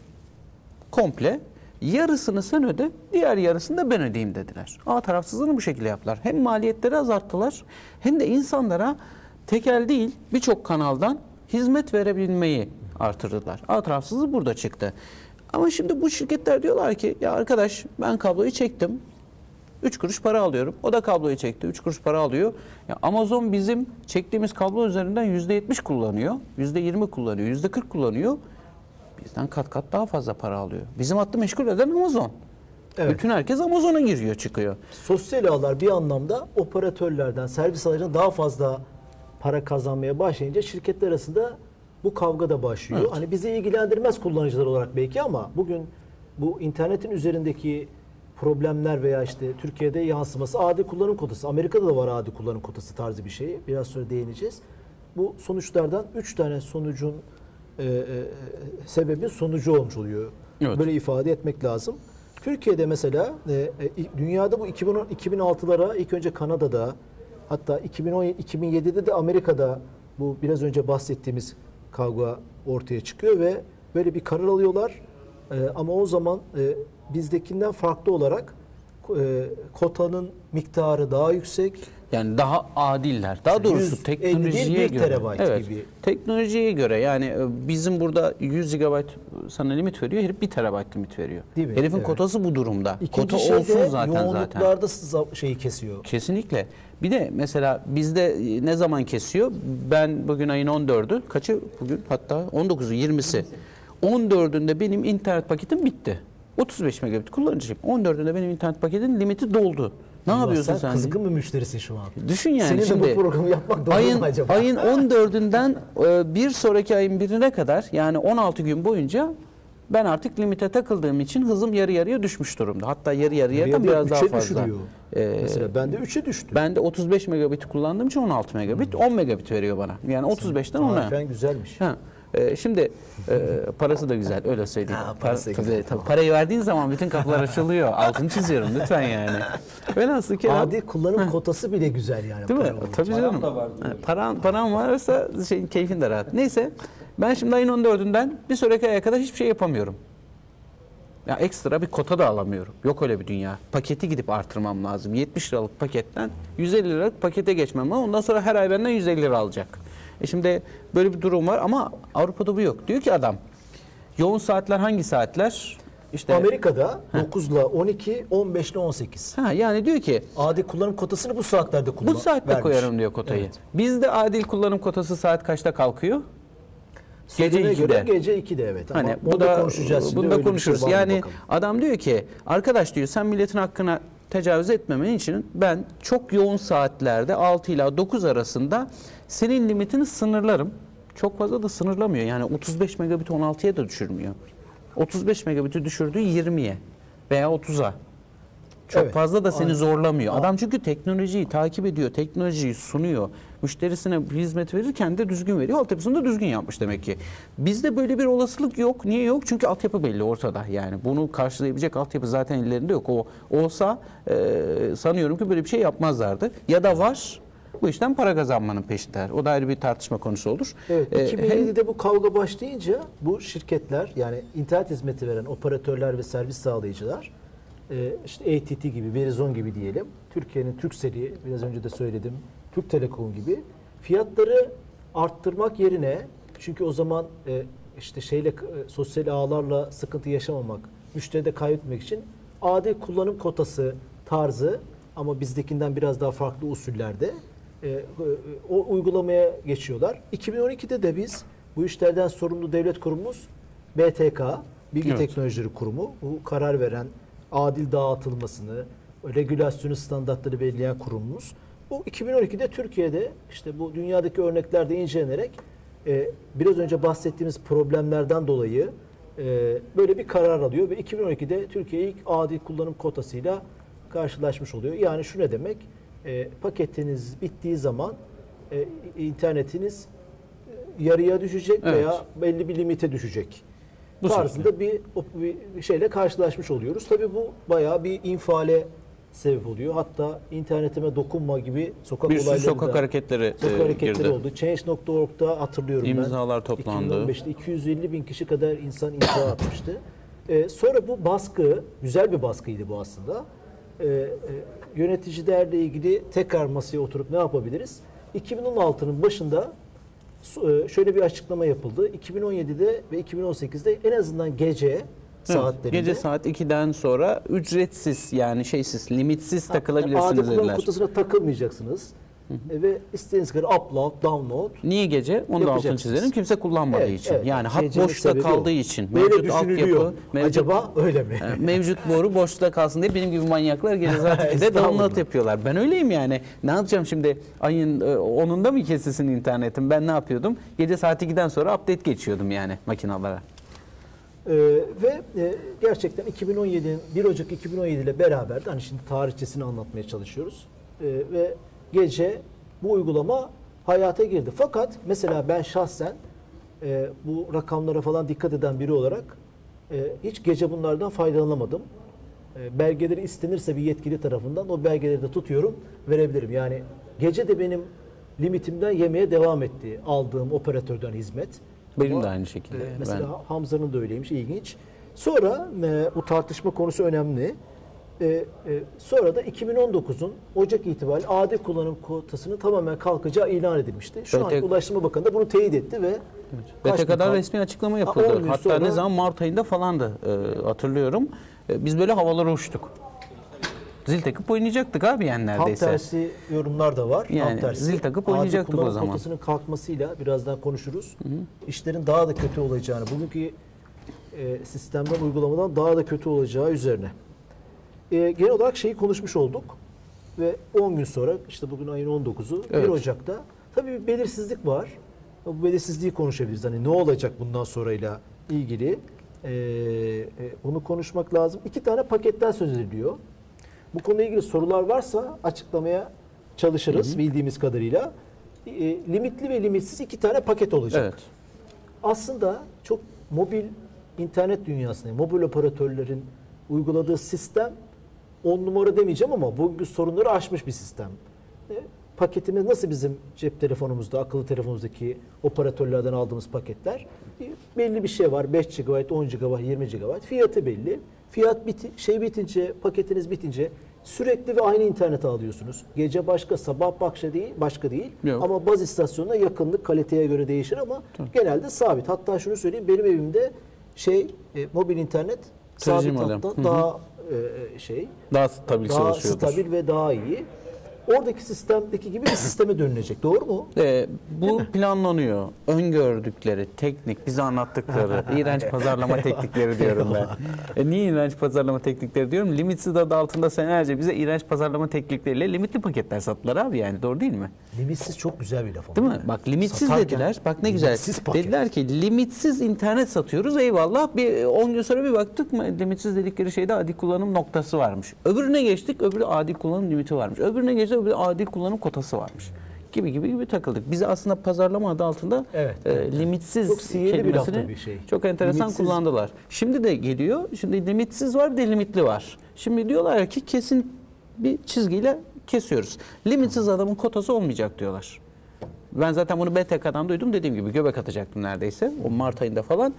Komple. Yarısını sen öde, diğer yarısını da ben ödeyeyim dediler. Ağ tarafsızlığını bu şekilde yaptılar. Hem maliyetleri azalttılar hem de insanlara tekel değil birçok kanaldan hizmet verebilmeyi artırdılar. Ağ tarafsızlığı burada çıktı. Ama şimdi bu şirketler diyorlar ki ya arkadaş ben kabloyu çektim. üç kuruş para alıyorum. O da kabloyu çekti. üç kuruş para alıyor. Ya Amazon bizim çektiğimiz kablo üzerinden yüzde yetmiş kullanıyor. yüzde yirmi kullanıyor. yüzde kırk kullanıyor. Bizden kat kat daha fazla para alıyor. Bizim hattı meşgul eden Amazon. Evet. Bütün herkes Amazon'a giriyor çıkıyor. Sosyal ağlar bir anlamda operatörlerden, servis ağlarından daha fazla para kazanmaya başlayınca şirketler arasında bu kavga da başlıyor. Evet. Hani bizi ilgilendirmez kullanıcılar olarak belki ama bugün bu internetin üzerindeki problemler veya işte Türkiye'de yansıması adi kullanım kotası. Amerika'da da var adi kullanım kotası tarzı bir şey. Biraz sonra değineceğiz. Bu sonuçlardan üç tane sonucun e, e, sebebin sonucu olmuş oluyor. Evet. Böyle ifade etmek lazım. Türkiye'de mesela e, e, dünyada bu iki bin on iki bin altılara ilk önce Kanada'da hatta iki bin on iki bin yedide de Amerika'da bu biraz önce bahsettiğimiz kavga ortaya çıkıyor ve böyle bir karar alıyorlar. E, ama o zaman e, bizdekinden farklı olarak e, kotanın miktarı daha yüksek. Yani daha adiller. Daha doğrusu yüz elli teknolojiye bir göre. terabayt Evet. gibi. Teknolojiye göre yani e, bizim burada yüz gigabayt sana limit veriyor. Herif bir terabayt limit veriyor. Değil mi? Herifin Evet. kotası bu durumda. İkinci Kota şey olsun de zaten zaten. yoğunluklarda za- şeyi kesiyor. Kesinlikle. Bir de mesela bizde ne zaman kesiyor? Ben bugün ayın on dördü. Kaçı bugün? Hatta on dokuzu yirmisi. on dördünde benim internet paketim bitti. otuz beş megabit kullanıcıyım. on dördünde benim internet paketin limiti doldu. Ne Ya yapıyorsun sen? sen? Kızgın bir müşterisin şu an. Düşün yani Senin şimdi. de bu programı yapmak doğru ayın, mu acaba? Ayın on dördünden e, bir sonraki ayın birine kadar yani on altı gün boyunca ben artık limite takıldığım için hızım yarı yarıya düşmüş durumda. Hatta yarı yarıya da biraz daha üçe fazla. düşürüyor. Ee, Mesela bende üçe düştü. Ben de otuz beş megabit kullandığım için on altı megabit, on megabit veriyor bana. Yani otuz beşten ona. Tarifen güzelmiş. Ha. Ee, şimdi e, parası da güzel öyle söyleyeyim. Ha, parası da Par- güzel, tabii, tamam. tabii, parayı verdiğin zaman bütün kapılar açılıyor. Altını çiziyorum lütfen yani. Velhasıl kelam. Adi kullanım kotası bile güzel yani. Değil mi? para olunca. Tabii canım. da var Ha, Paran, paran varsa şeyin keyfin de rahat. Neyse ben şimdi ayın on dördünden bir sonraki aya kadar hiçbir şey yapamıyorum. Ya ekstra bir kota da alamıyorum. Yok öyle bir dünya. Paketi gidip artırmam lazım. yetmiş liralık paketten yüz elli liralık pakete geçmem lazım. Ondan sonra her ay benden yüz elli lira alacak. E şimdi böyle bir durum var ama Avrupa'da bu yok. Diyor ki adam, yoğun saatler hangi saatler? İşte Amerika'da dokuz ile on iki, on beş ile on sekiz. Ha, yani diyor ki Adil kullanım kotasını bu saatlerde kullan. bu saatte vermiş. koyarım diyor kotayı. Evet. Bizde adil kullanım kotası saat kaçta kalkıyor? Gece Sözüne göre ikide. gece ikide evet. Ama Hani bunu bu da da konuşacağız şimdi. bunu da öyle bir şey konuşuruz. var mı Yani bakalım. adam diyor ki arkadaş diyor sen milletin hakkına tecavüz etmemen için ben çok yoğun saatlerde altı ila dokuz arasında senin limitini sınırlarım. Çok fazla da sınırlamıyor. Yani otuz beş megabit on altıya da düşürmüyor. otuz beş megabiti düşürdüğü yirmiye veya otuza. Çok Evet. fazla da seni Aynen. zorlamıyor. Adam çünkü teknolojiyi takip ediyor, teknolojiyi sunuyor. Müşterisine hizmet verirken de düzgün veriyor. Altyapısını da düzgün yapmış demek ki. Bizde böyle bir olasılık yok. Niye yok? Çünkü altyapı belli ortada. Yani bunu karşılayabilecek altyapı zaten ellerinde yok. O olsa e, sanıyorum ki böyle bir şey yapmazlardı. Ya da var. Bu işten para kazanmanın peşindeler. O da ayrı bir tartışma konusu olur. Evet, Ee, iki bin yedide bu kavga başlayınca bu şirketler yani internet hizmeti veren operatörler ve servis sağlayıcılar e, işte A T T gibi, Verizon gibi diyelim. Türkiye'nin Turkcell'i biraz önce de söyledim. Türk Telekom gibi fiyatları arttırmak yerine çünkü o zaman e, işte şeyle e, sosyal ağlarla sıkıntı yaşamamak, müşteri de kaybetmek için adil kullanım kotası tarzı ama bizdekinden biraz daha farklı usullerde e, o uygulamaya geçiyorlar. iki bin on ikide de biz bu işlerden sorumlu devlet kurumumuz B T K, Bilgi Evet. Teknolojileri Kurumu, bu karar veren, adil dağıtılmasını, regülasyonu standartları belirleyen kurumumuz. Bu iki bin on ikide Türkiye'de işte bu dünyadaki örneklerde incelenerek e, biraz önce bahsettiğimiz problemlerden dolayı e, böyle bir karar alıyor ve iki bin on ikide Türkiye ilk adil kullanım kotasıyla karşılaşmış oluyor. Yani şu ne demek? E, paketiniz bittiği zaman e, internetiniz e, yarıya düşecek Evet. veya belli bir limite düşecek. Bu Tarzında bir, o- bir şeyle karşılaşmış oluyoruz. Tabii bu bayağı bir infiale sebep oluyor. Hatta internetime dokunma gibi sokak bir sürü olayları sokak da, hareketleri, sokak e, hareketleri girdi. oldu. Change nokta org'da hatırlıyorum ben. İmzalar toplandı. iki bin on beşte iki yüz elli bin kişi kadar insan imza atmıştı. Ee, sonra bu baskı, güzel bir baskıydı bu aslında. Ee, e, yöneticilerle ilgili tekrar masaya oturup ne yapabiliriz? iki bin on altının başında e, şöyle bir açıklama yapıldı. iki bin on yedide ve iki bin on sekizde en azından gece Evet, saatlerinde gece saat ikiden sonra ücretsiz yani şeysiz, limitsiz adil takılabilirsiniz kullanım dediler. kutusuna takılmayacaksınız. E, ve istediğiniz kadar upload, download Niye gece? Onu da altını Yapacaksınız. çizelim. Kimse kullanmadığı Evet, için. evet. Yani hat Gecenin boşta sebebi kaldığı o. için. Böyle Mevcut düşünülüyor. altyapı, mevcut, Acaba öyle mi? e, mevcut boru boşta kalsın diye benim gibi manyaklar gece saat ikide Estağfurullah. download yapıyorlar. Ben öyleyim yani. Ne yapacağım şimdi? Ayın e, onunda mı kesilsin internetim? Ben ne yapıyordum? Gece saat ikiden sonra update geçiyordum yani makinalara. Ee, ve e, gerçekten iki bin on yedinin bir Ocak iki bin on yedi ile beraber de hani şimdi tarihçesini anlatmaya çalışıyoruz. Ee, ve gece bu uygulama hayata girdi. Fakat mesela ben şahsen e, bu rakamlara falan dikkat eden biri olarak e, hiç gece bunlardan faydalanamadım. E, belgeleri istenirse bir yetkili tarafından o belgeleri de tutuyorum, verebilirim. Yani gece de benim limitimden yemeye devam etti aldığım operatörden hizmet. Benim Ama, de aynı şekilde. e, Ben- mesela Hamza'nın da öyleymiş, ilginç. Sonra e, bu tartışma konusu önemli. E, e, sonra da iki bin on dokuzun Ocak itibariyle adil kullanım kotasının tamamen kalkacağı ilan edilmişti. Şu B T an Ulaştırma Bakanı da bunu teyit etti ve B kaç T gün K'dan kal- resmi açıklama on yapıldı. gün Hatta sonra- ne zaman Mart ayında falandı e, hatırlıyorum. E, biz böyle havalara uçtuk. Zil takıp oynayacaktık abi yani Tam neredeyse. tersi yorumlar da var. Yani Tam tersi. zil takıp Adil oynayacaktık o kullanım zaman. kotasının kalkmasıyla birazdan konuşuruz. İşlerin daha da kötü olacağını, bugünkü e, sistemden, uygulamadan daha da kötü olacağı üzerine. E, genel olarak şeyi konuşmuş olduk ve on gün sonra işte bugün ayın on dokuzu Evet. bir Ocak'ta tabii bir belirsizlik var. Bu belirsizliği konuşabiliriz. Hani ne olacak bundan sonrayla ilgili e, e, onu konuşmak lazım. İki tane paketten söz ediliyor. Bu konuyla ilgili sorular varsa açıklamaya çalışırız bildiğimiz kadarıyla. E, limitli ve limitsiz iki tane paket olacak. Evet. Aslında çok mobil internet dünyasında, mobil operatörlerin uyguladığı sistem on numara demeyeceğim ama bugünkü sorunları aşmış bir sistem. E, paketimiz nasıl bizim cep telefonumuzda, akıllı telefonumuzdaki operatörlerden aldığımız paketler? Belli bir şey var. beş gigabayt, on gigabayt, yirmi gigabayt. Fiyatı belli. Fiyat biti, şey bitince, paketiniz bitince sürekli ve aynı internet alıyorsunuz. Gece başka, sabah başka değil, başka değil. Yok. Ama baz istasyonuna yakınlık kaliteye göre değişir ama Tabii. genelde sabit. Hatta şunu söyleyeyim, benim evimde şey e, mobil internet sabit Tercih modem. hatta Hı hı. daha e, şey Daha stabil daha çalışıyordur. stabil ve daha iyi. Oradaki sistemdeki gibi bir sisteme dönülecek. Doğru mu? Ee, bu planlanıyor. Öngördükleri, teknik, bize anlattıkları, iğrenç pazarlama teknikleri diyorum ben. E, niye iğrenç pazarlama teknikleri diyorum? Limitsiz adı altında senelerce bize iğrenç pazarlama teknikleriyle limitli paketler sattılar abi, yani doğru değil mi? Limitsiz çok güzel bir laf. Değil mi? Bak limitsiz Satarken dediler. Bak ne güzel. limitsiz paket. Dediler ki limitsiz internet satıyoruz. Eyvallah. Bir on gün sonra bir baktık mı limitsiz dedikleri şeyde adi kullanım noktası varmış. Öbürüne geçtik. Öbürü adi kullanım limiti varmış. Öbürüne geçtik. Öbürü adi kullanım kotası varmış. Gibi gibi gibi takıldık. Bize aslında pazarlama adı altında Evet, e, evet. limitsiz Çok sihirli bir laf kelimesini tabii şey. çok enteresan Limitsiz- kullandılar. Şimdi de geliyor. Şimdi limitsiz var, bir de limitli var. Şimdi diyorlar ki kesin bir çizgiyle kesiyoruz. Limitsiz adamın kotası olmayacak diyorlar. Ben zaten bunu B T K'dan duydum. Dediğim gibi göbek atacaktım neredeyse. O Mart ayında falan.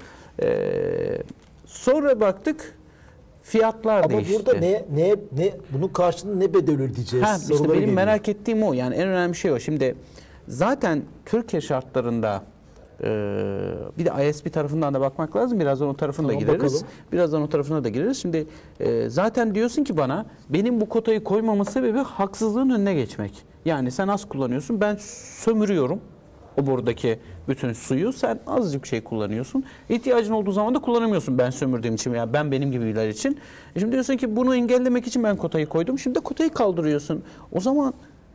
Ee, sonra baktık fiyatlar Ama değişti. burada ne ne ne bunun karşılığında ne bedel ödeyeceğiz? Ha, işte soruları benim geliyor. merak ettiğim o. Yani en önemli şey o. Şimdi zaten Türkiye şartlarında e, bir de I S P tarafından da bakmak lazım. Birazdan o tarafına da Tamam, gireriz. bakalım. Birazdan o tarafına da gireriz. Şimdi e, zaten diyorsun ki bana benim bu kotayı koymamın sebebi haksızlığın önüne geçmek. Yani sen az kullanıyorsun, ben sömürüyorum o buradaki bütün suyu. Sen azıcık bir şey kullanıyorsun. İhtiyacın olduğu zaman da kullanamıyorsun ben sömürdüğüm için veya ben benim gibiler için. E şimdi diyorsun ki bunu engellemek için ben kotayı koydum. Şimdi de kotayı kaldırıyorsun. O zaman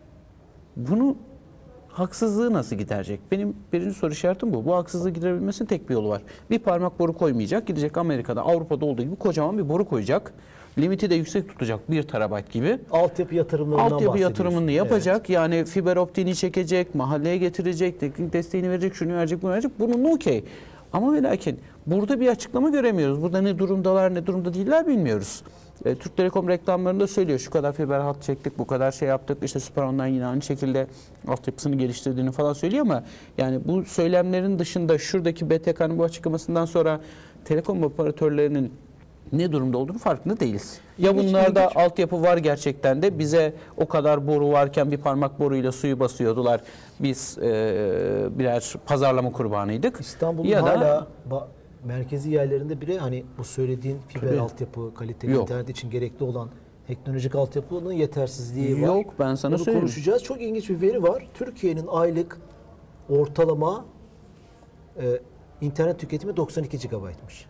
bunu haksızlığı nasıl giderecek? Benim birinci soru işaretim bu. Bu haksızlığı giderebilmesinin tek bir yolu var. Bir parmak boru koymayacak. Gidecek Amerika'da, Avrupa'da olduğu gibi kocaman bir boru koyacak. Limiti de yüksek tutacak. bir terabayt gibi. Altyapı yatırımlarından Altyapı bahsediyorsun. yatırımını yapacak. Yani fiber optiğini çekecek, mahalleye getirecek, teknik desteğini verecek, şunu verecek, bunu verecek. Bunun okey. Ama ve lakin burada bir açıklama göremiyoruz. Burada ne durumdalar, ne durumda değiller bilmiyoruz. E, Türk Telekom reklamlarında söylüyor. Şu kadar fiber hat çektik, bu kadar şey yaptık. İşte Süperon'dan yine aynı şekilde altyapısını geliştirdiğini falan söylüyor ama yani bu söylemlerin dışında şuradaki B T K'nın bu açıklamasından sonra telekom operatörlerinin ne durumda olduğunu farkında değiliz. Ya İlginç, bunlarda ilginç. altyapı var gerçekten de bize o kadar boru varken bir parmak boruyla suyu basıyordular. Biz e, birer pazarlama kurbanıydık. İstanbul'un ya da hala ba- merkezi yerlerinde bile hani bu söylediğin fiber Tabii. altyapı, kaliteli Yok. internet için gerekli olan teknolojik altyapının yetersizliği var. Yok, ben sana Bunu söyleyeyim. konuşacağız. Çok ilginç bir veri var. Türkiye'nin aylık ortalama e, internet tüketimi doksan iki gigabaytmış.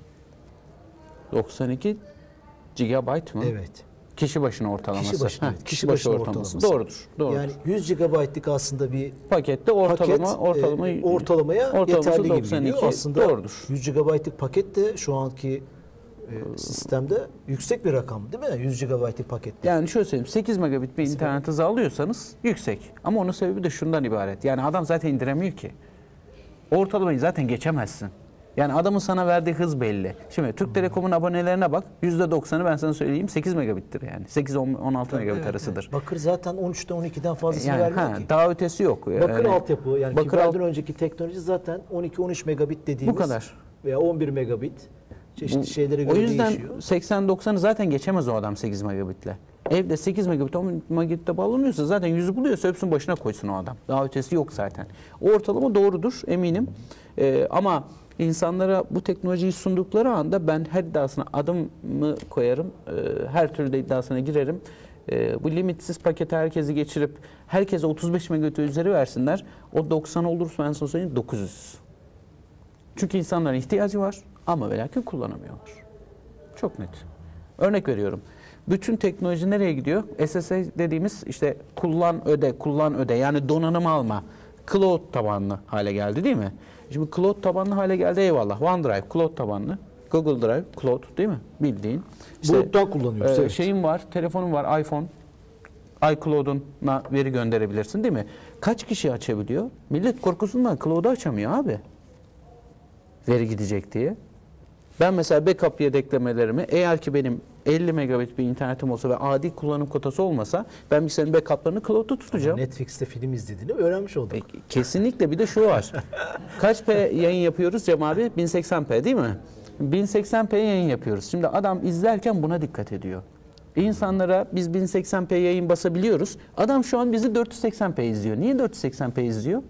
doksan iki gigabayt mı? Evet. Kişi başına ortalaması. Kişi başına, Heh, evet. kişi başı ortalaması. Doğrudur. Doğrudur. Yani yüz gigabaytlık aslında bir Pakette ortalama paket ortalama e, ortalamaya ortalaması yeterli gibi doksan iki. geliyor. Aslında Doğrudur. yüz gigabaytlık paket de şu anki e, sistemde yüksek bir rakam değil mi? yüz gigabaytlık pakette. Yani şöyle söyleyeyim, sekiz megabit bir internet hızı alıyorsanız yüksek. Ama onun sebebi de şundan ibaret. Yani adam zaten indiremiyor ki. Ortalamayı zaten geçemezsin. Yani adamın sana verdiği hız belli. Şimdi Türk Telekom'un abonelerine bak. yüzde doksanı ben sana söyleyeyim sekiz megabittir yani. sekiz on altı megabit Evet, arasıdır. evet. Bakır zaten on üçten on ikiden fazlasını Yani vermiyor ha, ki. daha ötesi yok. Bakır Yani altyapı yani bakır fiberden alt- önceki teknoloji zaten on iki on üç megabit dediğimiz Bu kadar. veya on bir megabit çeşitli Bu- şeylere o göre yüzden değişiyor. seksen doksanı zaten geçemez o adam sekiz megabitle. Evde sekiz megabit on megabitle bağlanıyorsa zaten yüzü buluyorsa öpsün başına koysun o adam. Daha ötesi yok zaten. O ortalama doğrudur eminim. Ee, ama insanlara bu teknolojiyi sundukları anda ben her iddiasına adımı koyarım. Ee, her türlü de iddiasına girerim. Ee, bu limitsiz paketi herkesi geçirip herkese otuz beş megabit üzeri versinler. O doksan olursa ben sana söyleyeyim dokuz yüz. Çünkü insanların ihtiyacı var ama ve lakin kullanamıyorlar. Çok net. Örnek veriyorum. Bütün teknoloji nereye gidiyor? S S D dediğimiz işte kullan öde, kullan öde yani donanım alma. Cloud tabanlı hale geldi değil mi? Şimdi cloud tabanlı hale geldi eyvallah. OneDrive cloud tabanlı. Google Drive cloud değil mi? Bildiğin. Buluttan kullanıyoruz, e, evet. Şeyin var, telefonun var, iPhone. iCloud'una veri gönderebilirsin değil mi? Kaç kişi açabiliyor? Millet korkusundan cloud'u açamıyor abi. Veri gidecek diye. Ben mesela backup yedeklemelerimi eğer ki benim elli megabit bir internetim olsa ve adil kullanım kotası olmasa ben bilgisayarın backup'larını cloud'da tutacağım. Netflix'te film izlediğini öğrenmiş olduk. E, kesinlikle bir de şu var. Kaç P yayın yapıyoruz Cem abi? bin seksen p değil mi? bin seksen p yayın yapıyoruz. Şimdi adam izlerken buna dikkat ediyor. İnsanlara biz bin seksen p yayın basabiliyoruz. Adam şu an bizi dört yüz seksen p izliyor. Niye dört yüz seksen p izliyor?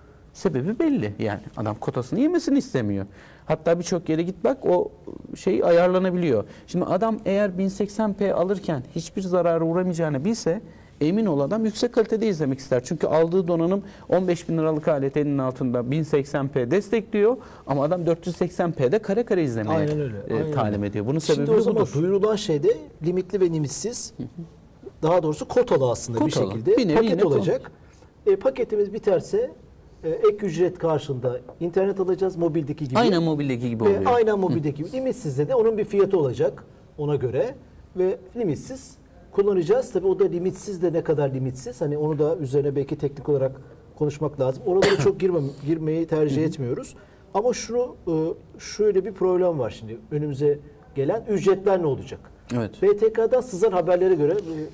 Sebebi belli. Yani adam kotasını yemesini istemiyor. Hatta birçok yere git bak o şey ayarlanabiliyor. Şimdi adam eğer bin seksen p alırken hiçbir zarara uğramayacağını bilse emin ol adam yüksek kalitede izlemek ister. Çünkü aldığı donanım on beş bin liralık alet elinin altında bin seksen p destekliyor ama adam dört yüz seksen p'de kare kare izlemeye Aynen öyle, e, aynen talim öyle. ediyor. Bunun sebebi Şimdi o zaman budur. duyurulan şeyde limitli ve limitsiz, daha doğrusu kotalı aslında Kotalı. bir şekilde Bir nevi paket yine olacak. E, paketimiz biterse e, ek ücret karşılığında internet alacağız mobildeki gibi. Aynen mobildeki gibi Ve oluyor. aynen mobildeki gibi. Limitsizde de onun bir fiyatı olacak ona göre ve limitsiz kullanacağız. Tabii o da limitsiz de ne kadar limitsiz. Hani onu da üzerine belki teknik olarak konuşmak lazım. Oralara çok girmem, girmeyi tercih etmiyoruz. Ama şunu e, şöyle bir problem var şimdi önümüze gelen ücretler ne olacak? Evet. B T K'dan sızan haberlere göre e,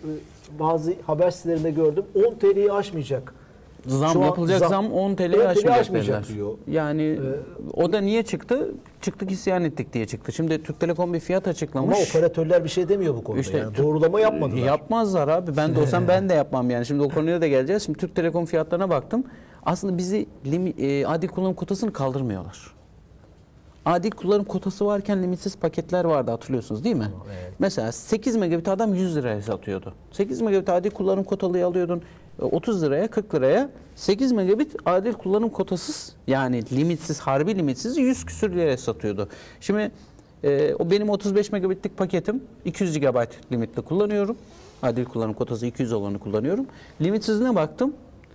e, bazı haber sitelerinde gördüm on T L'yi aşmayacak. Zam Şu an yapılacak zam- zam on T on L'yi T L'yi aşmayacak, aşmayacak dediler. diyor. Yani o da niye çıktı? Çıktık isyan ettik diye çıktı. Şimdi Türk Telekom bir fiyat açıklamış. Ama operatörler bir şey demiyor bu konuda. İşte yani. Türk- Doğrulama yapmadılar. Yapmazlar abi. Ben de olsam ben de yapmam yani. Şimdi o konuya da geleceğiz. Şimdi Türk Telekom fiyatlarına baktım. Aslında bizi limi, e, adil kullanım kotasını kaldırmıyorlar. Adil kullanım kotası varken limitsiz paketler vardı hatırlıyorsunuz değil mi? Evet. Mesela sekiz megabit adam yüz liraya satıyordu. sekiz megabit adil kullanım kotalıyı alıyordun otuz liraya kırk liraya. sekiz megabit adil kullanım kotasız yani limitsiz harbi limitsiz yüz küsür liraya satıyordu. Şimdi e, o benim otuz beş megabitlik paketim iki yüz gigabayt limitli kullanıyorum. Adil kullanım kotası iki yüz olanı kullanıyorum. Limitsizine baktım.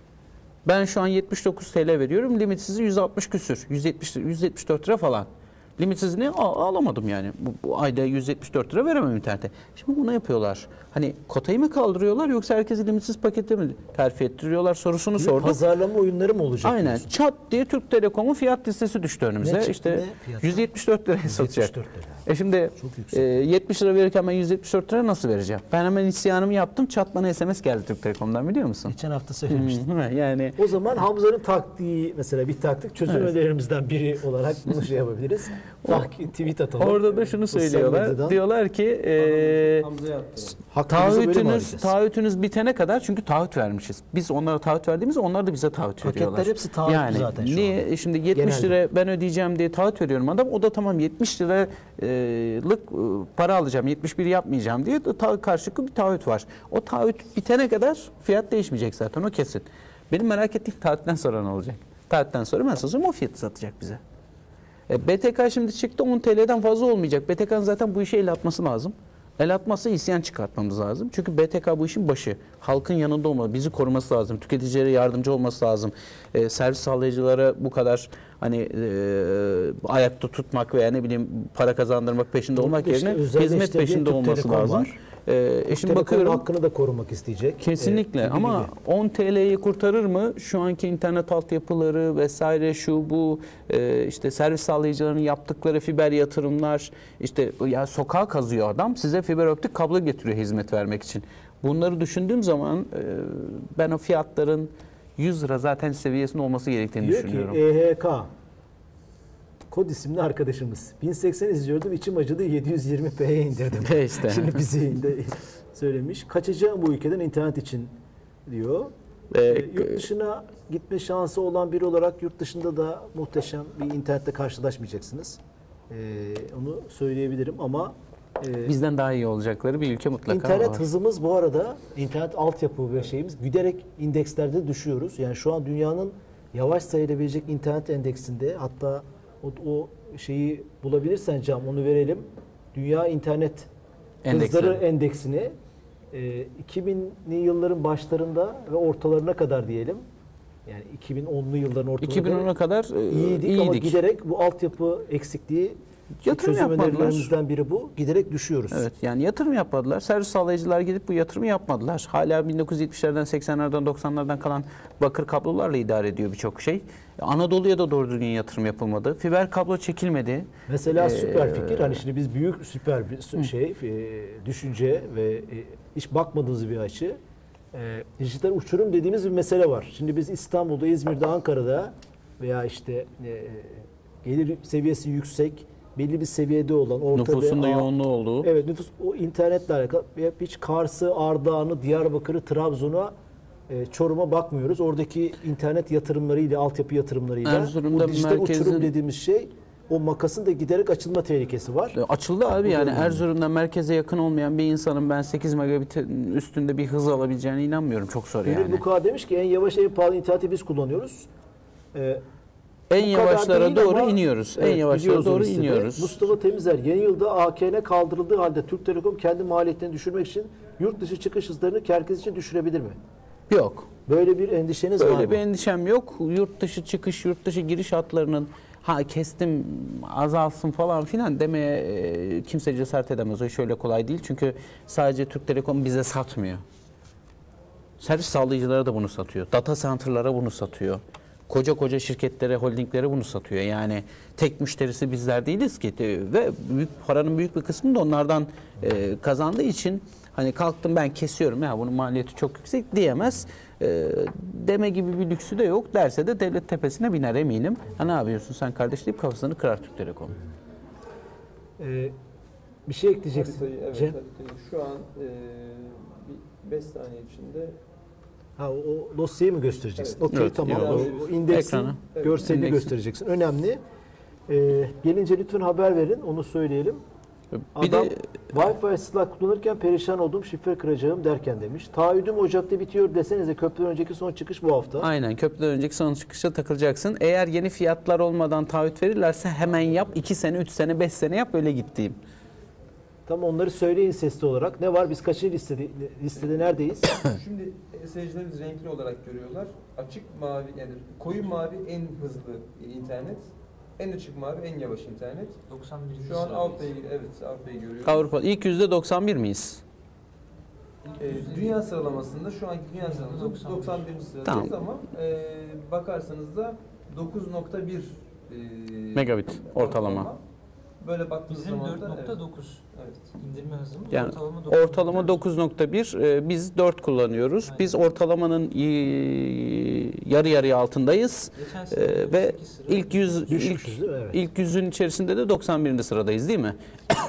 Ben şu an yetmiş dokuz T L veriyorum. Limitsizi yüz altmış küsür. yüz yetmiş, yüz yetmiş dört lira falan. Limitsizini al, alamadım yani. Bu, bu ayda yüz yetmiş dört lira veremem internete. Şimdi bunu yapıyorlar. Hani kotayı mı kaldırıyorlar yoksa herkesi limitsiz pakette mi terfi ettiriyorlar sorusunu Bir sordum. pazarlama oyunları mı olacak? Aynen. diyorsun? Çat diye Türk Telekom'un fiyat listesi düştü önümüze. Ne çıktı, işte ne fiyatı? yüz yetmiş dört liraya satacak. yetmiş dört lira. E şimdi Çok yüksek. e, yetmiş lira verirken ben yüz yetmiş dört lira nasıl vereceğim? Ben hemen isyanımı yaptım. Çat bana S M S geldi Türk Telekom'dan biliyor musun? Geçen hafta söylemiştim. Hı, yani O zaman Hamza'nın taktiği mesela bir taktik çözüm önerilerimizden biri olarak bunu şey yapabiliriz. Takip, tweet atalım. orada da şunu Sosyal söylüyorlar. medyadan. Diyorlar ki e, Hamza'ya attı. Hakkımızı böyle mi taahhütünüz, arayacağız? taahhütünüz bitene kadar çünkü taahhüt vermişiz. Biz onlara taahhüt verdiğimiz onlar da bize taahhüt Paketler veriyorlar. hepsi taahhütlü yani, zaten şu niye? anda. Şimdi yetmiş Genelde. lira ben ödeyeceğim diye taahhüt veriyorum adam. O da tamam yetmiş liralık para alacağım. yetmiş bir yapmayacağım diye ta, karşılıklı bir taahhüt var. O taahhüt bitene kadar fiyat değişmeyecek zaten o kesin. Benim merak ettiğim taahhütten sonra ne olacak? Taahhütten sonra ben sana o fiyatı satacak bize. E, B T K şimdi çıktı on T L'den fazla olmayacak. B T K'nın zaten bu işe el atması lazım. El atmazsa isyan çıkartmamız lazım. Çünkü B T K bu işin başı. Halkın yanında olmalı. Bizi koruması lazım. Tüketicilere yardımcı olması lazım. E, servis sağlayıcılara bu kadar hani e, ayakta tutmak veya ne bileyim para kazandırmak peşinde olmak İşte yerine özelleştirdiği hizmet peşinde Türk olması Telekom lazım. var. E, e, Türk şimdi Telekom bakıyorum. hakkını da korumak isteyecek. Kesinlikle Ee, gibi ama gibi. on T L'yi kurtarır mı? Şu anki internet altyapıları vesaire şu bu e, işte servis sağlayıcılarının yaptıkları fiber yatırımlar işte ya sokağa kazıyor adam size fiber optik kablo getiriyor hizmet vermek için. Bunları düşündüğüm zaman e, ben o fiyatların yüz lira zaten seviyesinde olması gerektiğini Diyor düşünüyorum. ki E H K kod isimli arkadaşımız. bin seksen izliyordum içim acıdı yedi yüz yirmi p'ye indirdim. E işte. Şimdi bizi de söylemiş. Kaçacağım bu ülkeden internet için diyor. Ee, Ee, yurt dışına gitme şansı olan biri olarak yurt dışında da muhteşem bir internette karşılaşmayacaksınız. Ee, onu söyleyebilirim ama e, Bizden daha iyi olacakları bir ülke mutlaka İnternet var. hızımız bu arada, internet altyapı ve şeyimiz giderek indekslerde düşüyoruz. Yani şu an dünyanın yavaş sayılabilecek internet endeksinde hatta o, o şeyi bulabilirsen Cam onu verelim. Dünya internet Endeksleri. hızları endeksini e, iki binli yılların başlarında ve ortalarına kadar diyelim. Yani iki bin onlu yılların ortalarında iki bin ona kadar e, iyiydik, iyiydik. ama giderek bu altyapı eksikliği Yatırım Çözüm yapmadılar. önerilerimizden biri bu. Giderek düşüyoruz. Evet, yani yatırım yapmadılar. Servis sağlayıcılar gidip bu yatırımı yapmadılar. Hala bin dokuz yüz yetmişlerden, seksenlerden, doksanlardan kalan bakır kablolarla idare ediyor birçok şey. Anadolu'ya da doğru düzgün yatırım yapılmadı. Fiber kablo çekilmedi. Mesela Ee, süper fikir. Hani şimdi biz büyük süper bir şey, e, düşünce ve e, hiç bakmadığımız bir açı. E, dijital uçurum dediğimiz bir mesele var. Şimdi biz İstanbul'da, İzmir'de, Ankara'da veya işte e, gelir seviyesi yüksek, belli bir seviyede olan, ortada Nüfusun da A- yoğunluğu olduğu. Evet, nüfus o internetle alakalı. Ve hiç Kars'ı, Ardahan'ı, Diyarbakır'ı, Trabzon'a, e, Çorum'a bakmıyoruz. Oradaki internet yatırımlarıyla, altyapı yatırımlarıyla Erzurum'da bu dijital merkezin- uçurum dediğimiz şey, o makasın da giderek açılma tehlikesi var. Açıldı abi, Bu yani da önemli. Erzurum'dan merkeze yakın olmayan bir insanın ben sekiz megabit üstünde bir hız alabileceğine inanmıyorum. Çok zor Gönül yani. Buka demiş ki en yavaş en pahalı interneti biz kullanıyoruz. Ee, En bu kadar yavaşlara değil doğru ama- iniyoruz. En Evet, yavaşlara biliyoruz o doğru listede. iniyoruz. Mustafa Temizer yeni yılda A K N kaldırıldığı halde Türk Telekom kendi maliyetlerini düşürmek için yurt dışı çıkış hızlarını herkes için düşürebilir mi? Yok. Böyle bir endişeniz var Böyle mı? bir endişem yok. Yurt dışı çıkış, yurt dışı giriş hatlarının ha kestim azalsın falan filan demeye e, kimse cesaret edemez. O iş öyle kolay değil. Çünkü sadece Türk Telekom bize satmıyor. Servis sağlayıcılara da bunu satıyor. Data center'lara bunu satıyor. Koca koca şirketlere, holdinglere bunu satıyor. Yani tek müşterisi bizler değiliz ki. Ve büyük, paranın büyük bir kısmını da onlardan e, kazandığı için hani kalktım ben kesiyorum ya bunun maliyeti çok yüksek diyemez. E, deme gibi bir lüksü de yok. Derse de devlet tepesine biner eminim. Ha ne yapıyorsun sen kardeş deyip kafasını kırar Türk Telekom. Ee, bir şey ekleyeceksin. Haritayı, evet, Cem? haritayı şu an e, bir beş saniye içinde Ha, o dosyayı mı göstereceksin? Evet. Okey, Evet, tamam. evet. O, o indeksin Ekranı. görselini İndeksin. göstereceksin. Önemli. Ee, gelince lütfen haber verin. Onu söyleyelim. Bir Adam de Wi-Fi Slack kullanırken perişan oldum, şifre kıracağım derken demiş. Taahhüdüm Ocak'ta bitiyor desenize, köprüden önceki son çıkış bu hafta. aynen köprüden önceki son çıkışta takılacaksın. Eğer yeni fiyatlar olmadan taahhüt verirlerse hemen yap. iki sene, üç sene, beş sene yap öyle gittiğim. Tam onları söyleyin sesli olarak. Ne var? Biz kaçıncı listede, listede neredeyiz? şimdi seyircilerimiz renkli olarak görüyorlar. Açık mavi yani koyu mavi en hızlı internet. En açık mavi en yavaş internet. doksan birinci Şu an sıradayız. Avrupa'yı evet Avrupa'yı görüyoruz. Avrupa ilk yüzde doksan bir miyiz? Ee, dünya sıralamasında şu anki dünya sıralamasında doksan birinci sıradayız Tamam. ama e, bakarsanız da dokuz nokta bir e, Megabit ortalama. Böyle baktığınız Bizim zaman dört da nokta evet. dokuz evet. indirme hızımız Yani ortalama dokuz. Ortalama dokuz nokta bir, e, biz dört kullanıyoruz. Aynen. Biz ortalamanın e, yarı yarıya altındayız. Geçen E, sene ve sekiz sıra. ilk yüz ilk, Düşmüşüz değil mi? Evet. ilk yüzün içerisinde de doksan birinci sıradayız değil mi?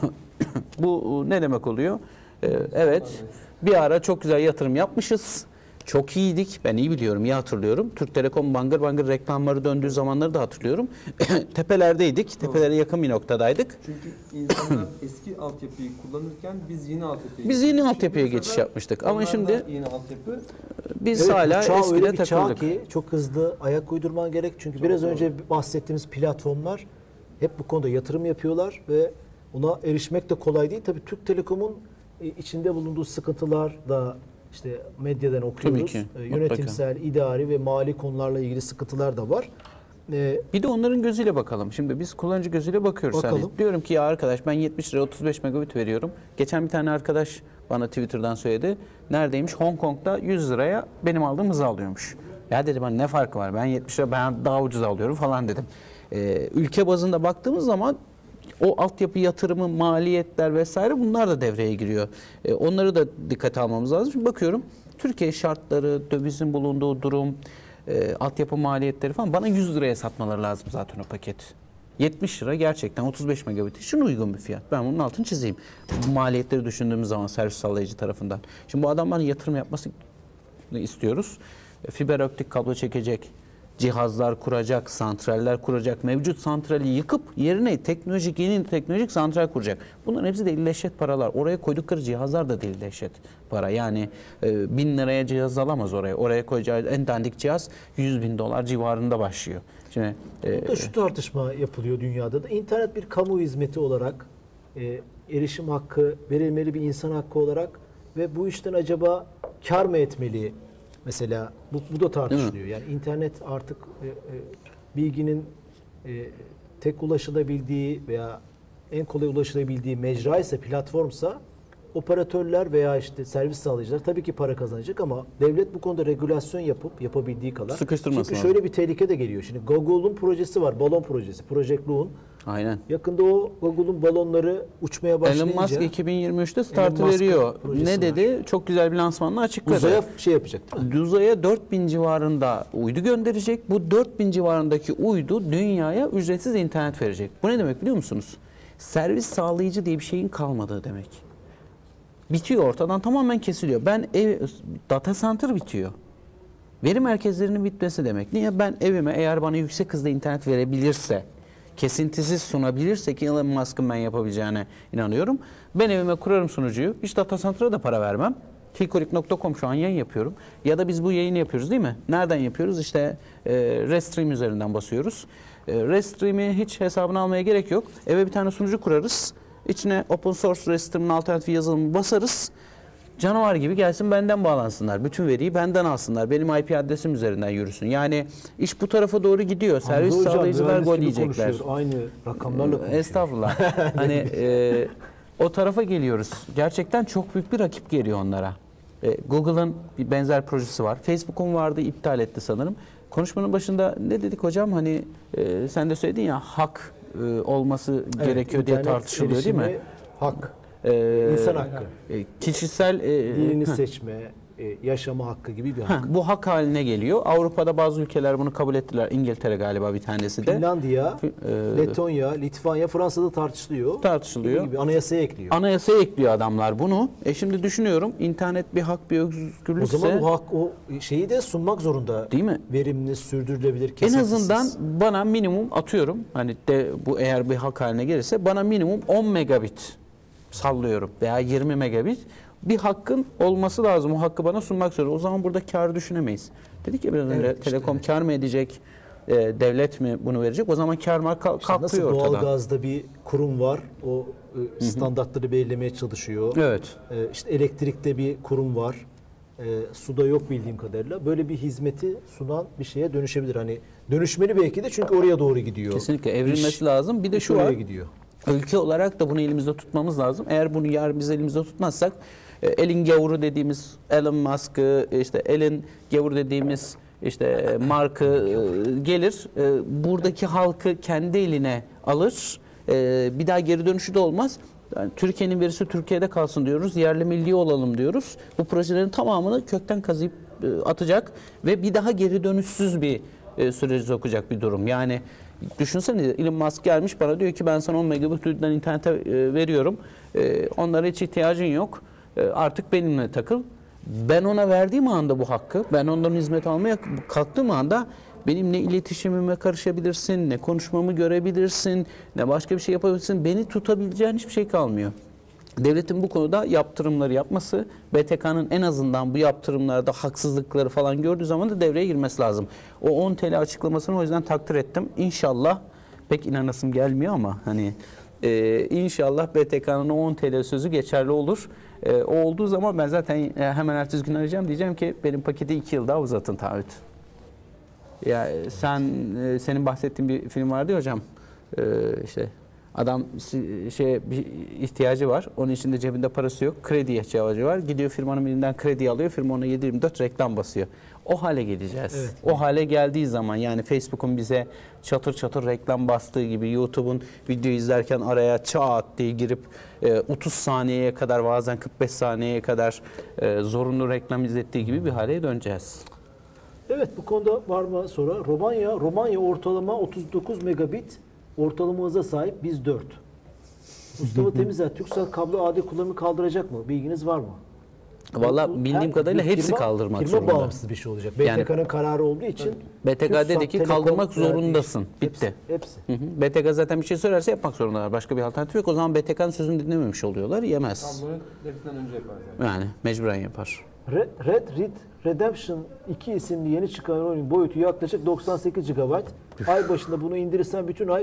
Bu ne demek oluyor? E, evet. Bir ara çok güzel yatırım yapmışız. Çok iyiydik. Ben iyi biliyorum, iyi hatırlıyorum. Türk Telekom bangır bangır reklamları döndüğü zamanları da hatırlıyorum. Tepelerdeydik. Tepelere yakın bir noktadaydık. Çünkü insanlar eski altyapıyı kullanırken biz yeni altyapıyı Biz yeni Şimdi altyapıya bu sefer geçiş yapmıştık. Ama onlar da şimdi yeni altyapı biz Evet, hala bu çağ öyle eskide bir çağ takıldık. ki çok hızlı ayak uydurman gerek. Çünkü Çok biraz doğru. önce bahsettiğimiz platformlar hep bu konuda yatırım yapıyorlar ve ona erişmek de kolay değil. Tabii Türk Telekom'un e, içinde bulunduğu sıkıntılar da işte medyadan okuyoruz. Tabii ki, E, mutlaka. Yönetimsel, idari ve mali konularla ilgili sıkıntılar da var. E, Bir de onların gözüyle bakalım. Şimdi biz kullanıcı gözüyle bakıyoruz. Bakalım. Hani diyorum ki ya arkadaş ben yetmiş lira otuz beş megabit veriyorum. Geçen bir tane arkadaş bana Twitter'dan söyledi. Neredeymiş? Hong Kong'da yüz liraya benim aldığım hızı alıyormuş. Ya dedim hani ne farkı var? Ben yetmiş lira ben daha ucuz alıyorum falan dedim. Ee, ülke bazında baktığımız zaman o altyapı yatırımı, maliyetler vesaire bunlar da devreye giriyor. Ee, onları da dikkate almamız lazım. Şimdi bakıyorum Türkiye şartları, dövizin bulunduğu durum, e, altyapı maliyetleri falan bana yüz liraya satmaları lazım zaten o paket. yetmiş lira gerçekten otuz beş megabit için uygun bir fiyat. Ben bunun altını çizeyim. Bu maliyetleri düşündüğümüz zaman servis sağlayıcı tarafından. Şimdi bu adam bana yatırım yapmasını istiyoruz. E, Fiber optik kablo çekecek, cihazlar kuracak, santraller kuracak, mevcut santrali yıkıp yerine teknolojik, yeni teknolojik santral kuracak. Bunların hepsi de dehşet paralar. Oraya koydukları cihazlar da değil dehşet para. Yani e, bin liraya cihaz alamaz oraya. Oraya koyacağı en dandik cihaz yüz bin dolar civarında başlıyor. Şimdi e, Burada şu tartışma yapılıyor dünyada da. İnternet bir kamu hizmeti olarak, e, erişim hakkı verilmeli bir insan hakkı olarak ve bu işten acaba kar mı etmeli? Mesela bu, bu da tartışılıyor. Yani internet artık e, e, bilginin e, tek ulaşılabildiği veya en kolay ulaşılabildiği mecra ise, platformsa, operatörler veya işte servis sağlayıcılar tabii ki para kazanacak ama devlet bu konuda regülasyon yapıp yapabildiği kadar. Sıkıştırması Çünkü lazım. şöyle bir tehlike de geliyor. Şimdi Google'un projesi var. Balon projesi. Project Loon. Aynen. Yakında o Google'un balonları uçmaya başlayınca Elon Musk iki bin yirmi üçte startı Musk'ın veriyor. projesi Ne dedi? var. Çok güzel bir lansmanla açıkladı. uzaya şey yapacak değil mi? Uzaya dört bin civarında uydu gönderecek. Bu dört bin civarındaki uydu dünyaya ücretsiz internet verecek. Bu ne demek biliyor musunuz? Servis sağlayıcı diye bir şeyin kalmadığı demek. Bitiyor, ortadan tamamen kesiliyor. Ben ev, data center bitiyor. Veri merkezlerinin bitmesi demek. Niye? Ben evime eğer bana yüksek hızda internet verebilirse, kesintisiz sunabilirse, ki Elon Musk'ın ben yapabileceğine inanıyorum. Ben evime kurarım sunucuyu. Hiç data center'a da para vermem. Tikolik nokta com şu an yayın yapıyorum. Ya da biz bu yayını yapıyoruz değil mi? Nereden yapıyoruz? İşte e, Restream üzerinden basıyoruz. E, Restream'i hiç hesabına almaya gerek yok. Eve bir tane sunucu kurarız. İçine open source Restream'in alternatif yazılımı basarız. Canavar gibi gelsin benden bağlansınlar. Bütün veriyi benden alsınlar. Benim I P adresim üzerinden yürüsün. Yani iş bu tarafa doğru gidiyor. Servis Hamza hocam, sağlayıcılar mühendis gol gibi yiyecekler. konuşuyor. Aynı rakamlarla konuşuyor. Estağfurullah. Hani e, o tarafa geliyoruz. Gerçekten çok büyük bir rakip geliyor onlara. E, Google'ın bir benzer projesi var. Facebook'un vardı, iptal etti sanırım. Konuşmanın başında ne dedik hocam? Hani e, sen de söyledin ya, hak e, olması Evet, gerekiyor diye internet tartışılıyor değil mi? erişimi Hak. E, İnsan hakkı. e, kişisel e, Dinini heh. seçme, e, yaşama hakkı gibi bir Heh, hak. bu hak haline geliyor. Avrupa'da bazı ülkeler bunu kabul ettiler. İngiltere galiba bir tanesi de. Finlandiya, E, Letonya, Litvanya, Fransa'da tartışılıyor. tartışılıyor. Gibi gibi anayasaya ekliyor. Anayasaya ekliyor adamlar bunu. E şimdi düşünüyorum, internet bir hak, bir O özgürlükse, zaman o hak, o şeyi de sunmak zorunda. değil mi? Verimli, sürdürülebilir, En kesintisiz. azından bana minimum, atıyorum, hani de bu eğer bir hak haline gelirse, bana minimum on megabit sallıyorum veya yirmi megabit bir hakkın olması lazım. O hakkı bana sunmak zorunda. O zaman burada kar düşünemeyiz. Dedik ya biraz önce, Evet, işte. Telekom kar mı edecek, e, devlet mi bunu verecek? O zaman kar marka İşte kalkıyor nasıl ortadan. doğalgazda bir kurum var, o e, standartları belirlemeye çalışıyor. Evet. E, işte elektrikte bir kurum var, e, suda yok bildiğim kadarıyla. Böyle bir hizmeti sunan bir şeye dönüşebilir. Hani dönüşmeli belki de, çünkü oraya doğru gidiyor. Kesinlikle evrilmesi İş, lazım. Bir de iş şu oraya var. gidiyor. Ülke olarak da bunu elimizde tutmamız lazım. Eğer bunu yarın biz elimizde tutmazsak, e, elin gavuru dediğimiz Elon Musk'ı, işte elin gavuru dediğimiz işte markı e, gelir, e, buradaki halkı kendi eline alır, e, bir daha geri dönüşü de olmaz. Yani Türkiye'nin verisi Türkiye'de kalsın diyoruz, yerli milli olalım diyoruz. Bu projelerin tamamını kökten kazıyıp e, atacak ve bir daha geri dönüşsüz bir e, süreci sokacak bir durum. Yani düşünsene, Elon Musk gelmiş bana diyor ki ben sana on megabit'den internete e, veriyorum. E, onlara hiç ihtiyacın yok. E, artık benimle takıl. Ben ona verdiğim anda bu hakkı, ben ondan hizmet almaya kalktığım anda benim ne iletişimime karışabilirsin, ne konuşmamı görebilirsin, ne başka bir şey yapabilirsin. Beni tutabileceğin hiçbir şey kalmıyor. Devletin bu konuda yaptırımları yapması, B T K'nın en azından bu yaptırımlarda haksızlıkları falan gördüğü zaman da devreye girmesi lazım. O on T L açıklamasını o yüzden takdir ettim. İnşallah, pek inanasım gelmiyor ama hani e, inşallah B T K'nın o on T L sözü geçerli olur. E, o olduğu zaman ben zaten e, hemen ertesi gün arayacağım, diyeceğim ki benim paketi iki yıl daha uzatın taahhüt. Ya sen e, senin bahsettiğin bir film vardı ya hocam. E, işte adam şey bir ihtiyacı var. Onun için de cebinde parası yok. Kredi ihtiyacı var. Gidiyor firmanın birinden kredi alıyor. Firma ona yedi yirmi dört reklam basıyor. O hale geleceğiz. Evet. O hale geldiği zaman, yani Facebook'un bize çatır çatır reklam bastığı gibi, YouTube'un video izlerken araya çat diye girip otuz saniyeye kadar, bazen kırk beş saniyeye kadar zorunlu reklam izlettiği gibi bir hale döneceğiz. Evet, bu konuda var mı soru? Romanya, Romanya ortalama otuz dokuz megabit ortalama hıza sahip, biz dört. Mustafa Temizer, Turkcell kablo A D kullanımı kaldıracak mı? Bilginiz var mı? Valla Bu- bildiğim her- kadarıyla bir hepsi firma- kaldırmak firma zorunda. bağımsız bir şey olacak. B T K'nın Yani- kararı olduğu için B T K Turkcell, dedi ki Telekom kaldırmak verdiği- zorundasın. Hepsi. Bitti. Hepsi. Hı hı. B T K zaten bir şey söylerse yapmak zorundalar. Başka bir alternatif yok. O zaman B T K'nın sözünü dinlememiş oluyorlar. Yemez. Tam bunu hepsinden önce yapar zaten. Yani mecburen yapar. Red, Red Red Redemption iki isimli yeni çıkan oyunun boyutu yaklaşık doksan sekiz gigabayt. Ay başında bunu indirirsen bütün ay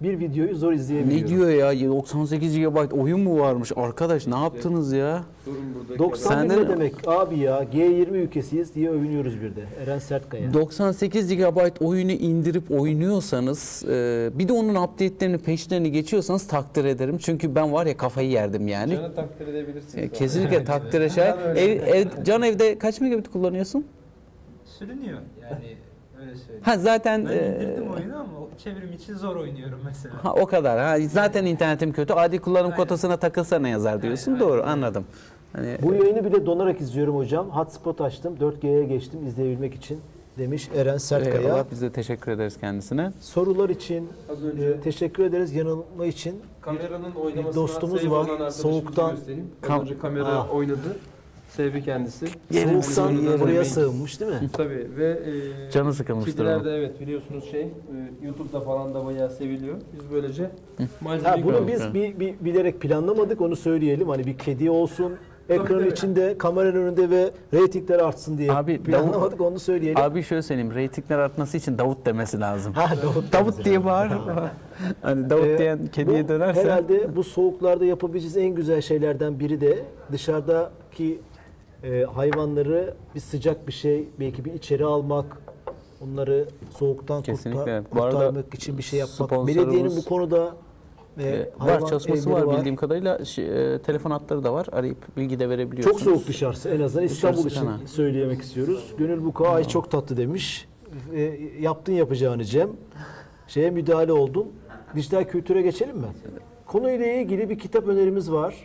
bir videoyu zor izleyebiliyorum. Ne diyor ya? doksan sekiz gigabayt oyun mu varmış? Arkadaş ne yaptınız ya? Sorun burada. doksan bin Sende- ne demek abi ya? G yirmi ülkesiyiz diye övünüyoruz bir de. Eren Sertkaya. doksan sekiz gigabayt oyunu indirip oynuyorsanız e, bir de onun update'lerini peşlerini geçiyorsanız takdir ederim. Çünkü ben var ya kafayı yerdim yani. Canı takdir edebilirsin. E, Kesinlikle takdire şayan. Ben öyle. Ev, ev, Can evde kaç megabit kullanıyorsun? Sürünüyor yani öyle söyleyeyim. Ha zaten Ben e, indirdim oyunu ama o çevrim için zor oynuyorum mesela. ha, o kadar. Ha, zaten internetim kötü. Adi kullanım Aynen. kotasına takılsa ne yazar diyorsun. Aynen, Doğru aynen. anladım. Hani Bu yayını bile donarak izliyorum hocam. Hotspot açtım. dört G'ye geçtim izleyebilmek için demiş Eren Sertkaya. eyvallah, biz de teşekkür ederiz kendisine. Sorular için Az önce e, teşekkür ederiz. Yanılma için. kameranın oynamasına dostumuz save var. olan arkadaşımızı Soğuktan- göstereyim. Kam- Az önce kamera Ah. oynadı. Sebebi kendisi. Soğuktan Oyundan buraya emeği- sığınmış değil mi? Tabii ve e, Canı sıkılmıştır kediler ama. de evet biliyorsunuz şey e, YouTube'da falan da bayağı seviliyor. Biz böylece malzeme Ha, bunu Tabii, biz tabii. bir, bir, bilerek planlamadık, onu söyleyelim. Hani bir kedi olsun, ekranın tabii. içinde, kameranın önünde ve reytingler artsın diye Abi, planlamadık, onu söyleyelim. Abi şöyle söyleyeyim, reytingler artması için Davut demesi lazım. Ha, Davut, Davut diye bağır. Hani Davut Ee, diyen kediye bu dönerse. Herhalde bu soğuklarda yapabileceğiniz en güzel şeylerden biri de dışarıdaki e, hayvanları bir sıcak bir şey, belki bir içeri almak, onları soğuktan Kesinlikle. kurtar, Bu arada kurtarmak için bir şey yapmak. sponsorumuz- Belediyenin bu konuda e, Ee, hayvan var çalışması evleri var, bildiğim kadarıyla. Şey, e, telefon hatları da var. Arayıp bilgi de Çok verebiliyorsunuz. soğuk dışarısı, en azından İstanbul Dışarısı için fena. söyleyemek istiyoruz. Gönül Buka ay çok tatlı demiş. E, yaptın yapacağını Cem. Şeye müdahale oldun. Dijital kültüre geçelim mi? Konuyla ilgili bir kitap önerimiz var.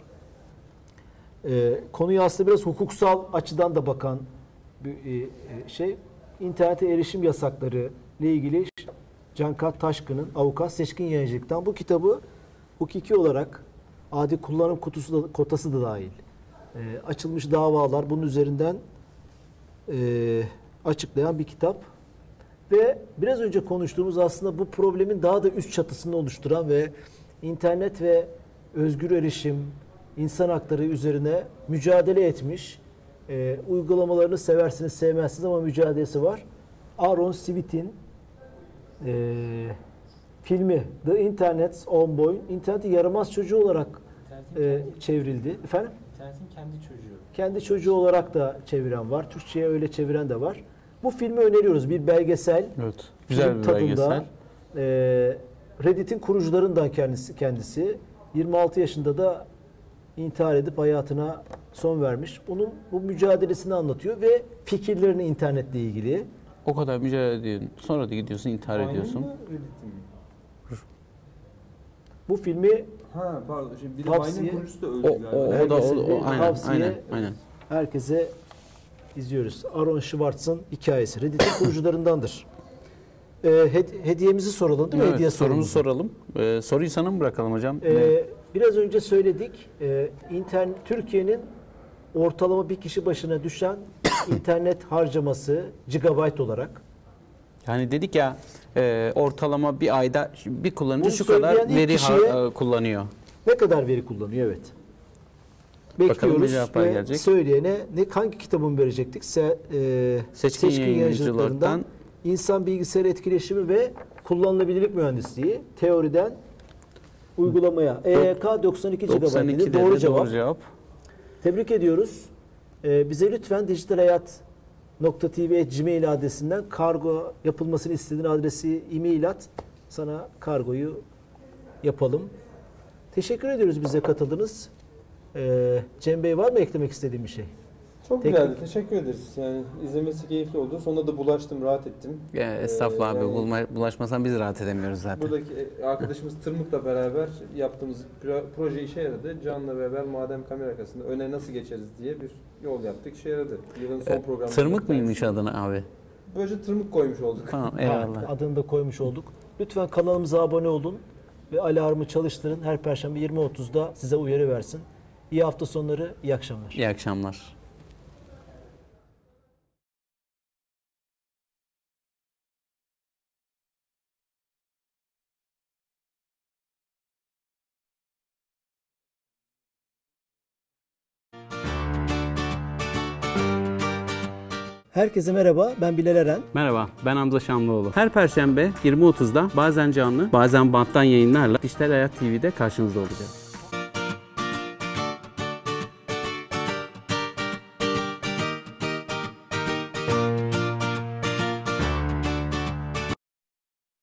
E, konuya aslında biraz hukuksal açıdan da bakan bir e, e, şey. İnternete erişim yasakları ile ilgili Cankat Taşkın'ın avukat Seçkin Yayıncılık'tan bu kitabı hukuki olarak adi kullanım kutusu da, kotası da dahil e, açılmış davalar bunun üzerinden e, açıklayan bir kitap. Ve biraz önce konuştuğumuz aslında bu problemin daha da üst çatısını oluşturan ve internet ve özgür erişim, insan hakları üzerine mücadele etmiş. E, uygulamalarını seversiniz, sevmezsiniz ama mücadelesi var. Aaron Sweet'in e, filmi The Internet's Own Boy, internetin yaramaz çocuğu olarak İnternetin, e, kendi, çevrildi. Efendim? internetin kendi çocuğu. Kendi çocuğu olarak da çeviren var. Türkçe'ye öyle çeviren de var. Bu filmi öneriyoruz. Bir belgesel. Evet. Güzel film bir tadında. belgesel. Ee, Reddit'in kurucularından kendisi. kendisi. yirmi altı yaşında da intihar edip hayatına son vermiş. Onun bu mücadelesini anlatıyor ve fikirlerini internetle ilgili. O kadar mücadele ediyorsun. Sonra da gidiyorsun intihar Vine'ın ediyorsun. mı, Reddit'in mi? Bu filmi Ha pardon. Şimdi biri Tavsiye- Vine'ın kurucusu da O, öldü o, galiba. o da o, Belgeseli o, aynen, tavsiye- aynen, aynen. herkese izliyoruz. Aaron Schwartz'ın hikayesi. Reddit'in kurucularındandır. Ee, hed- hediyemizi soralım değil mi? Evet, Hediye sorumuzu sorumuzu. soralım. Ee, soruyu sana mı bırakalım hocam? Ne? Ee, biraz önce söyledik. Ee, internet Türkiye'nin ortalama bir kişi başına düşen internet harcaması gigabyte olarak. Yani dedik ya e, ortalama bir ayda bir kullanıcı Bunu şu kadar söyleyen ilk veri kişiye- har- e, kullanıyor. Ne kadar veri kullanıyor? Evet. Bakalım Bekliyoruz bir cevaplar ve gelecek. söyleyene ne hangi kitabını verecektik? Se, e, Seçkin Yayıncılıklarından Yayıncılık'tan İnsan Bilgisayar Etkileşimi ve Kullanılabilirlik Mühendisliği teoriden uygulamaya. E Y K doksan iki gigabyte doksan iki dedi. dedi, Doğru cevap. Doğru cevap. Tebrik ediyoruz. Ee, bize lütfen dijitalhayat nokta tv at gmail adresinden kargo yapılmasını istediğin adresi e-mail at. Sana kargoyu yapalım. Teşekkür ediyoruz bize katıldınız. Ee, Cem Bey var mı eklemek istediğin bir şey? Çok Teknik- güzeldi. Teşekkür ederiz. Yani izlemesi keyifli oldu. Sonunda da bulaştım, rahat ettim. Ya, estağfurullah Ee, abi. yani Bulma, bulaşmasan biz rahat edemiyoruz zaten. Buradaki arkadaşımız Tırmık'la beraber yaptığımız pro- proje işe yaradı. Can'la beraber madem kamera arkasında öne nasıl geçeriz diye bir yol yaptık. İşe yaradı. Yılın son Ee, programı. Tırmık mıymış adını abi? Böylece Tırmık koymuş olduk. Tamam Ha, eyvallah. adını da koymuş olduk. Lütfen kanalımıza abone olun ve alarmı çalıştırın. Her perşembe yirmi otuzda size uyarı versin. İyi hafta sonları, iyi akşamlar. İyi akşamlar. Herkese merhaba, ben Bilal Eren. Merhaba, ben Hamza Şamlıoğlu. Her Perşembe yirmi otuzda bazen canlı, bazen banttan yayınlarla Dijital Hayat T V'de karşınızda olacağız.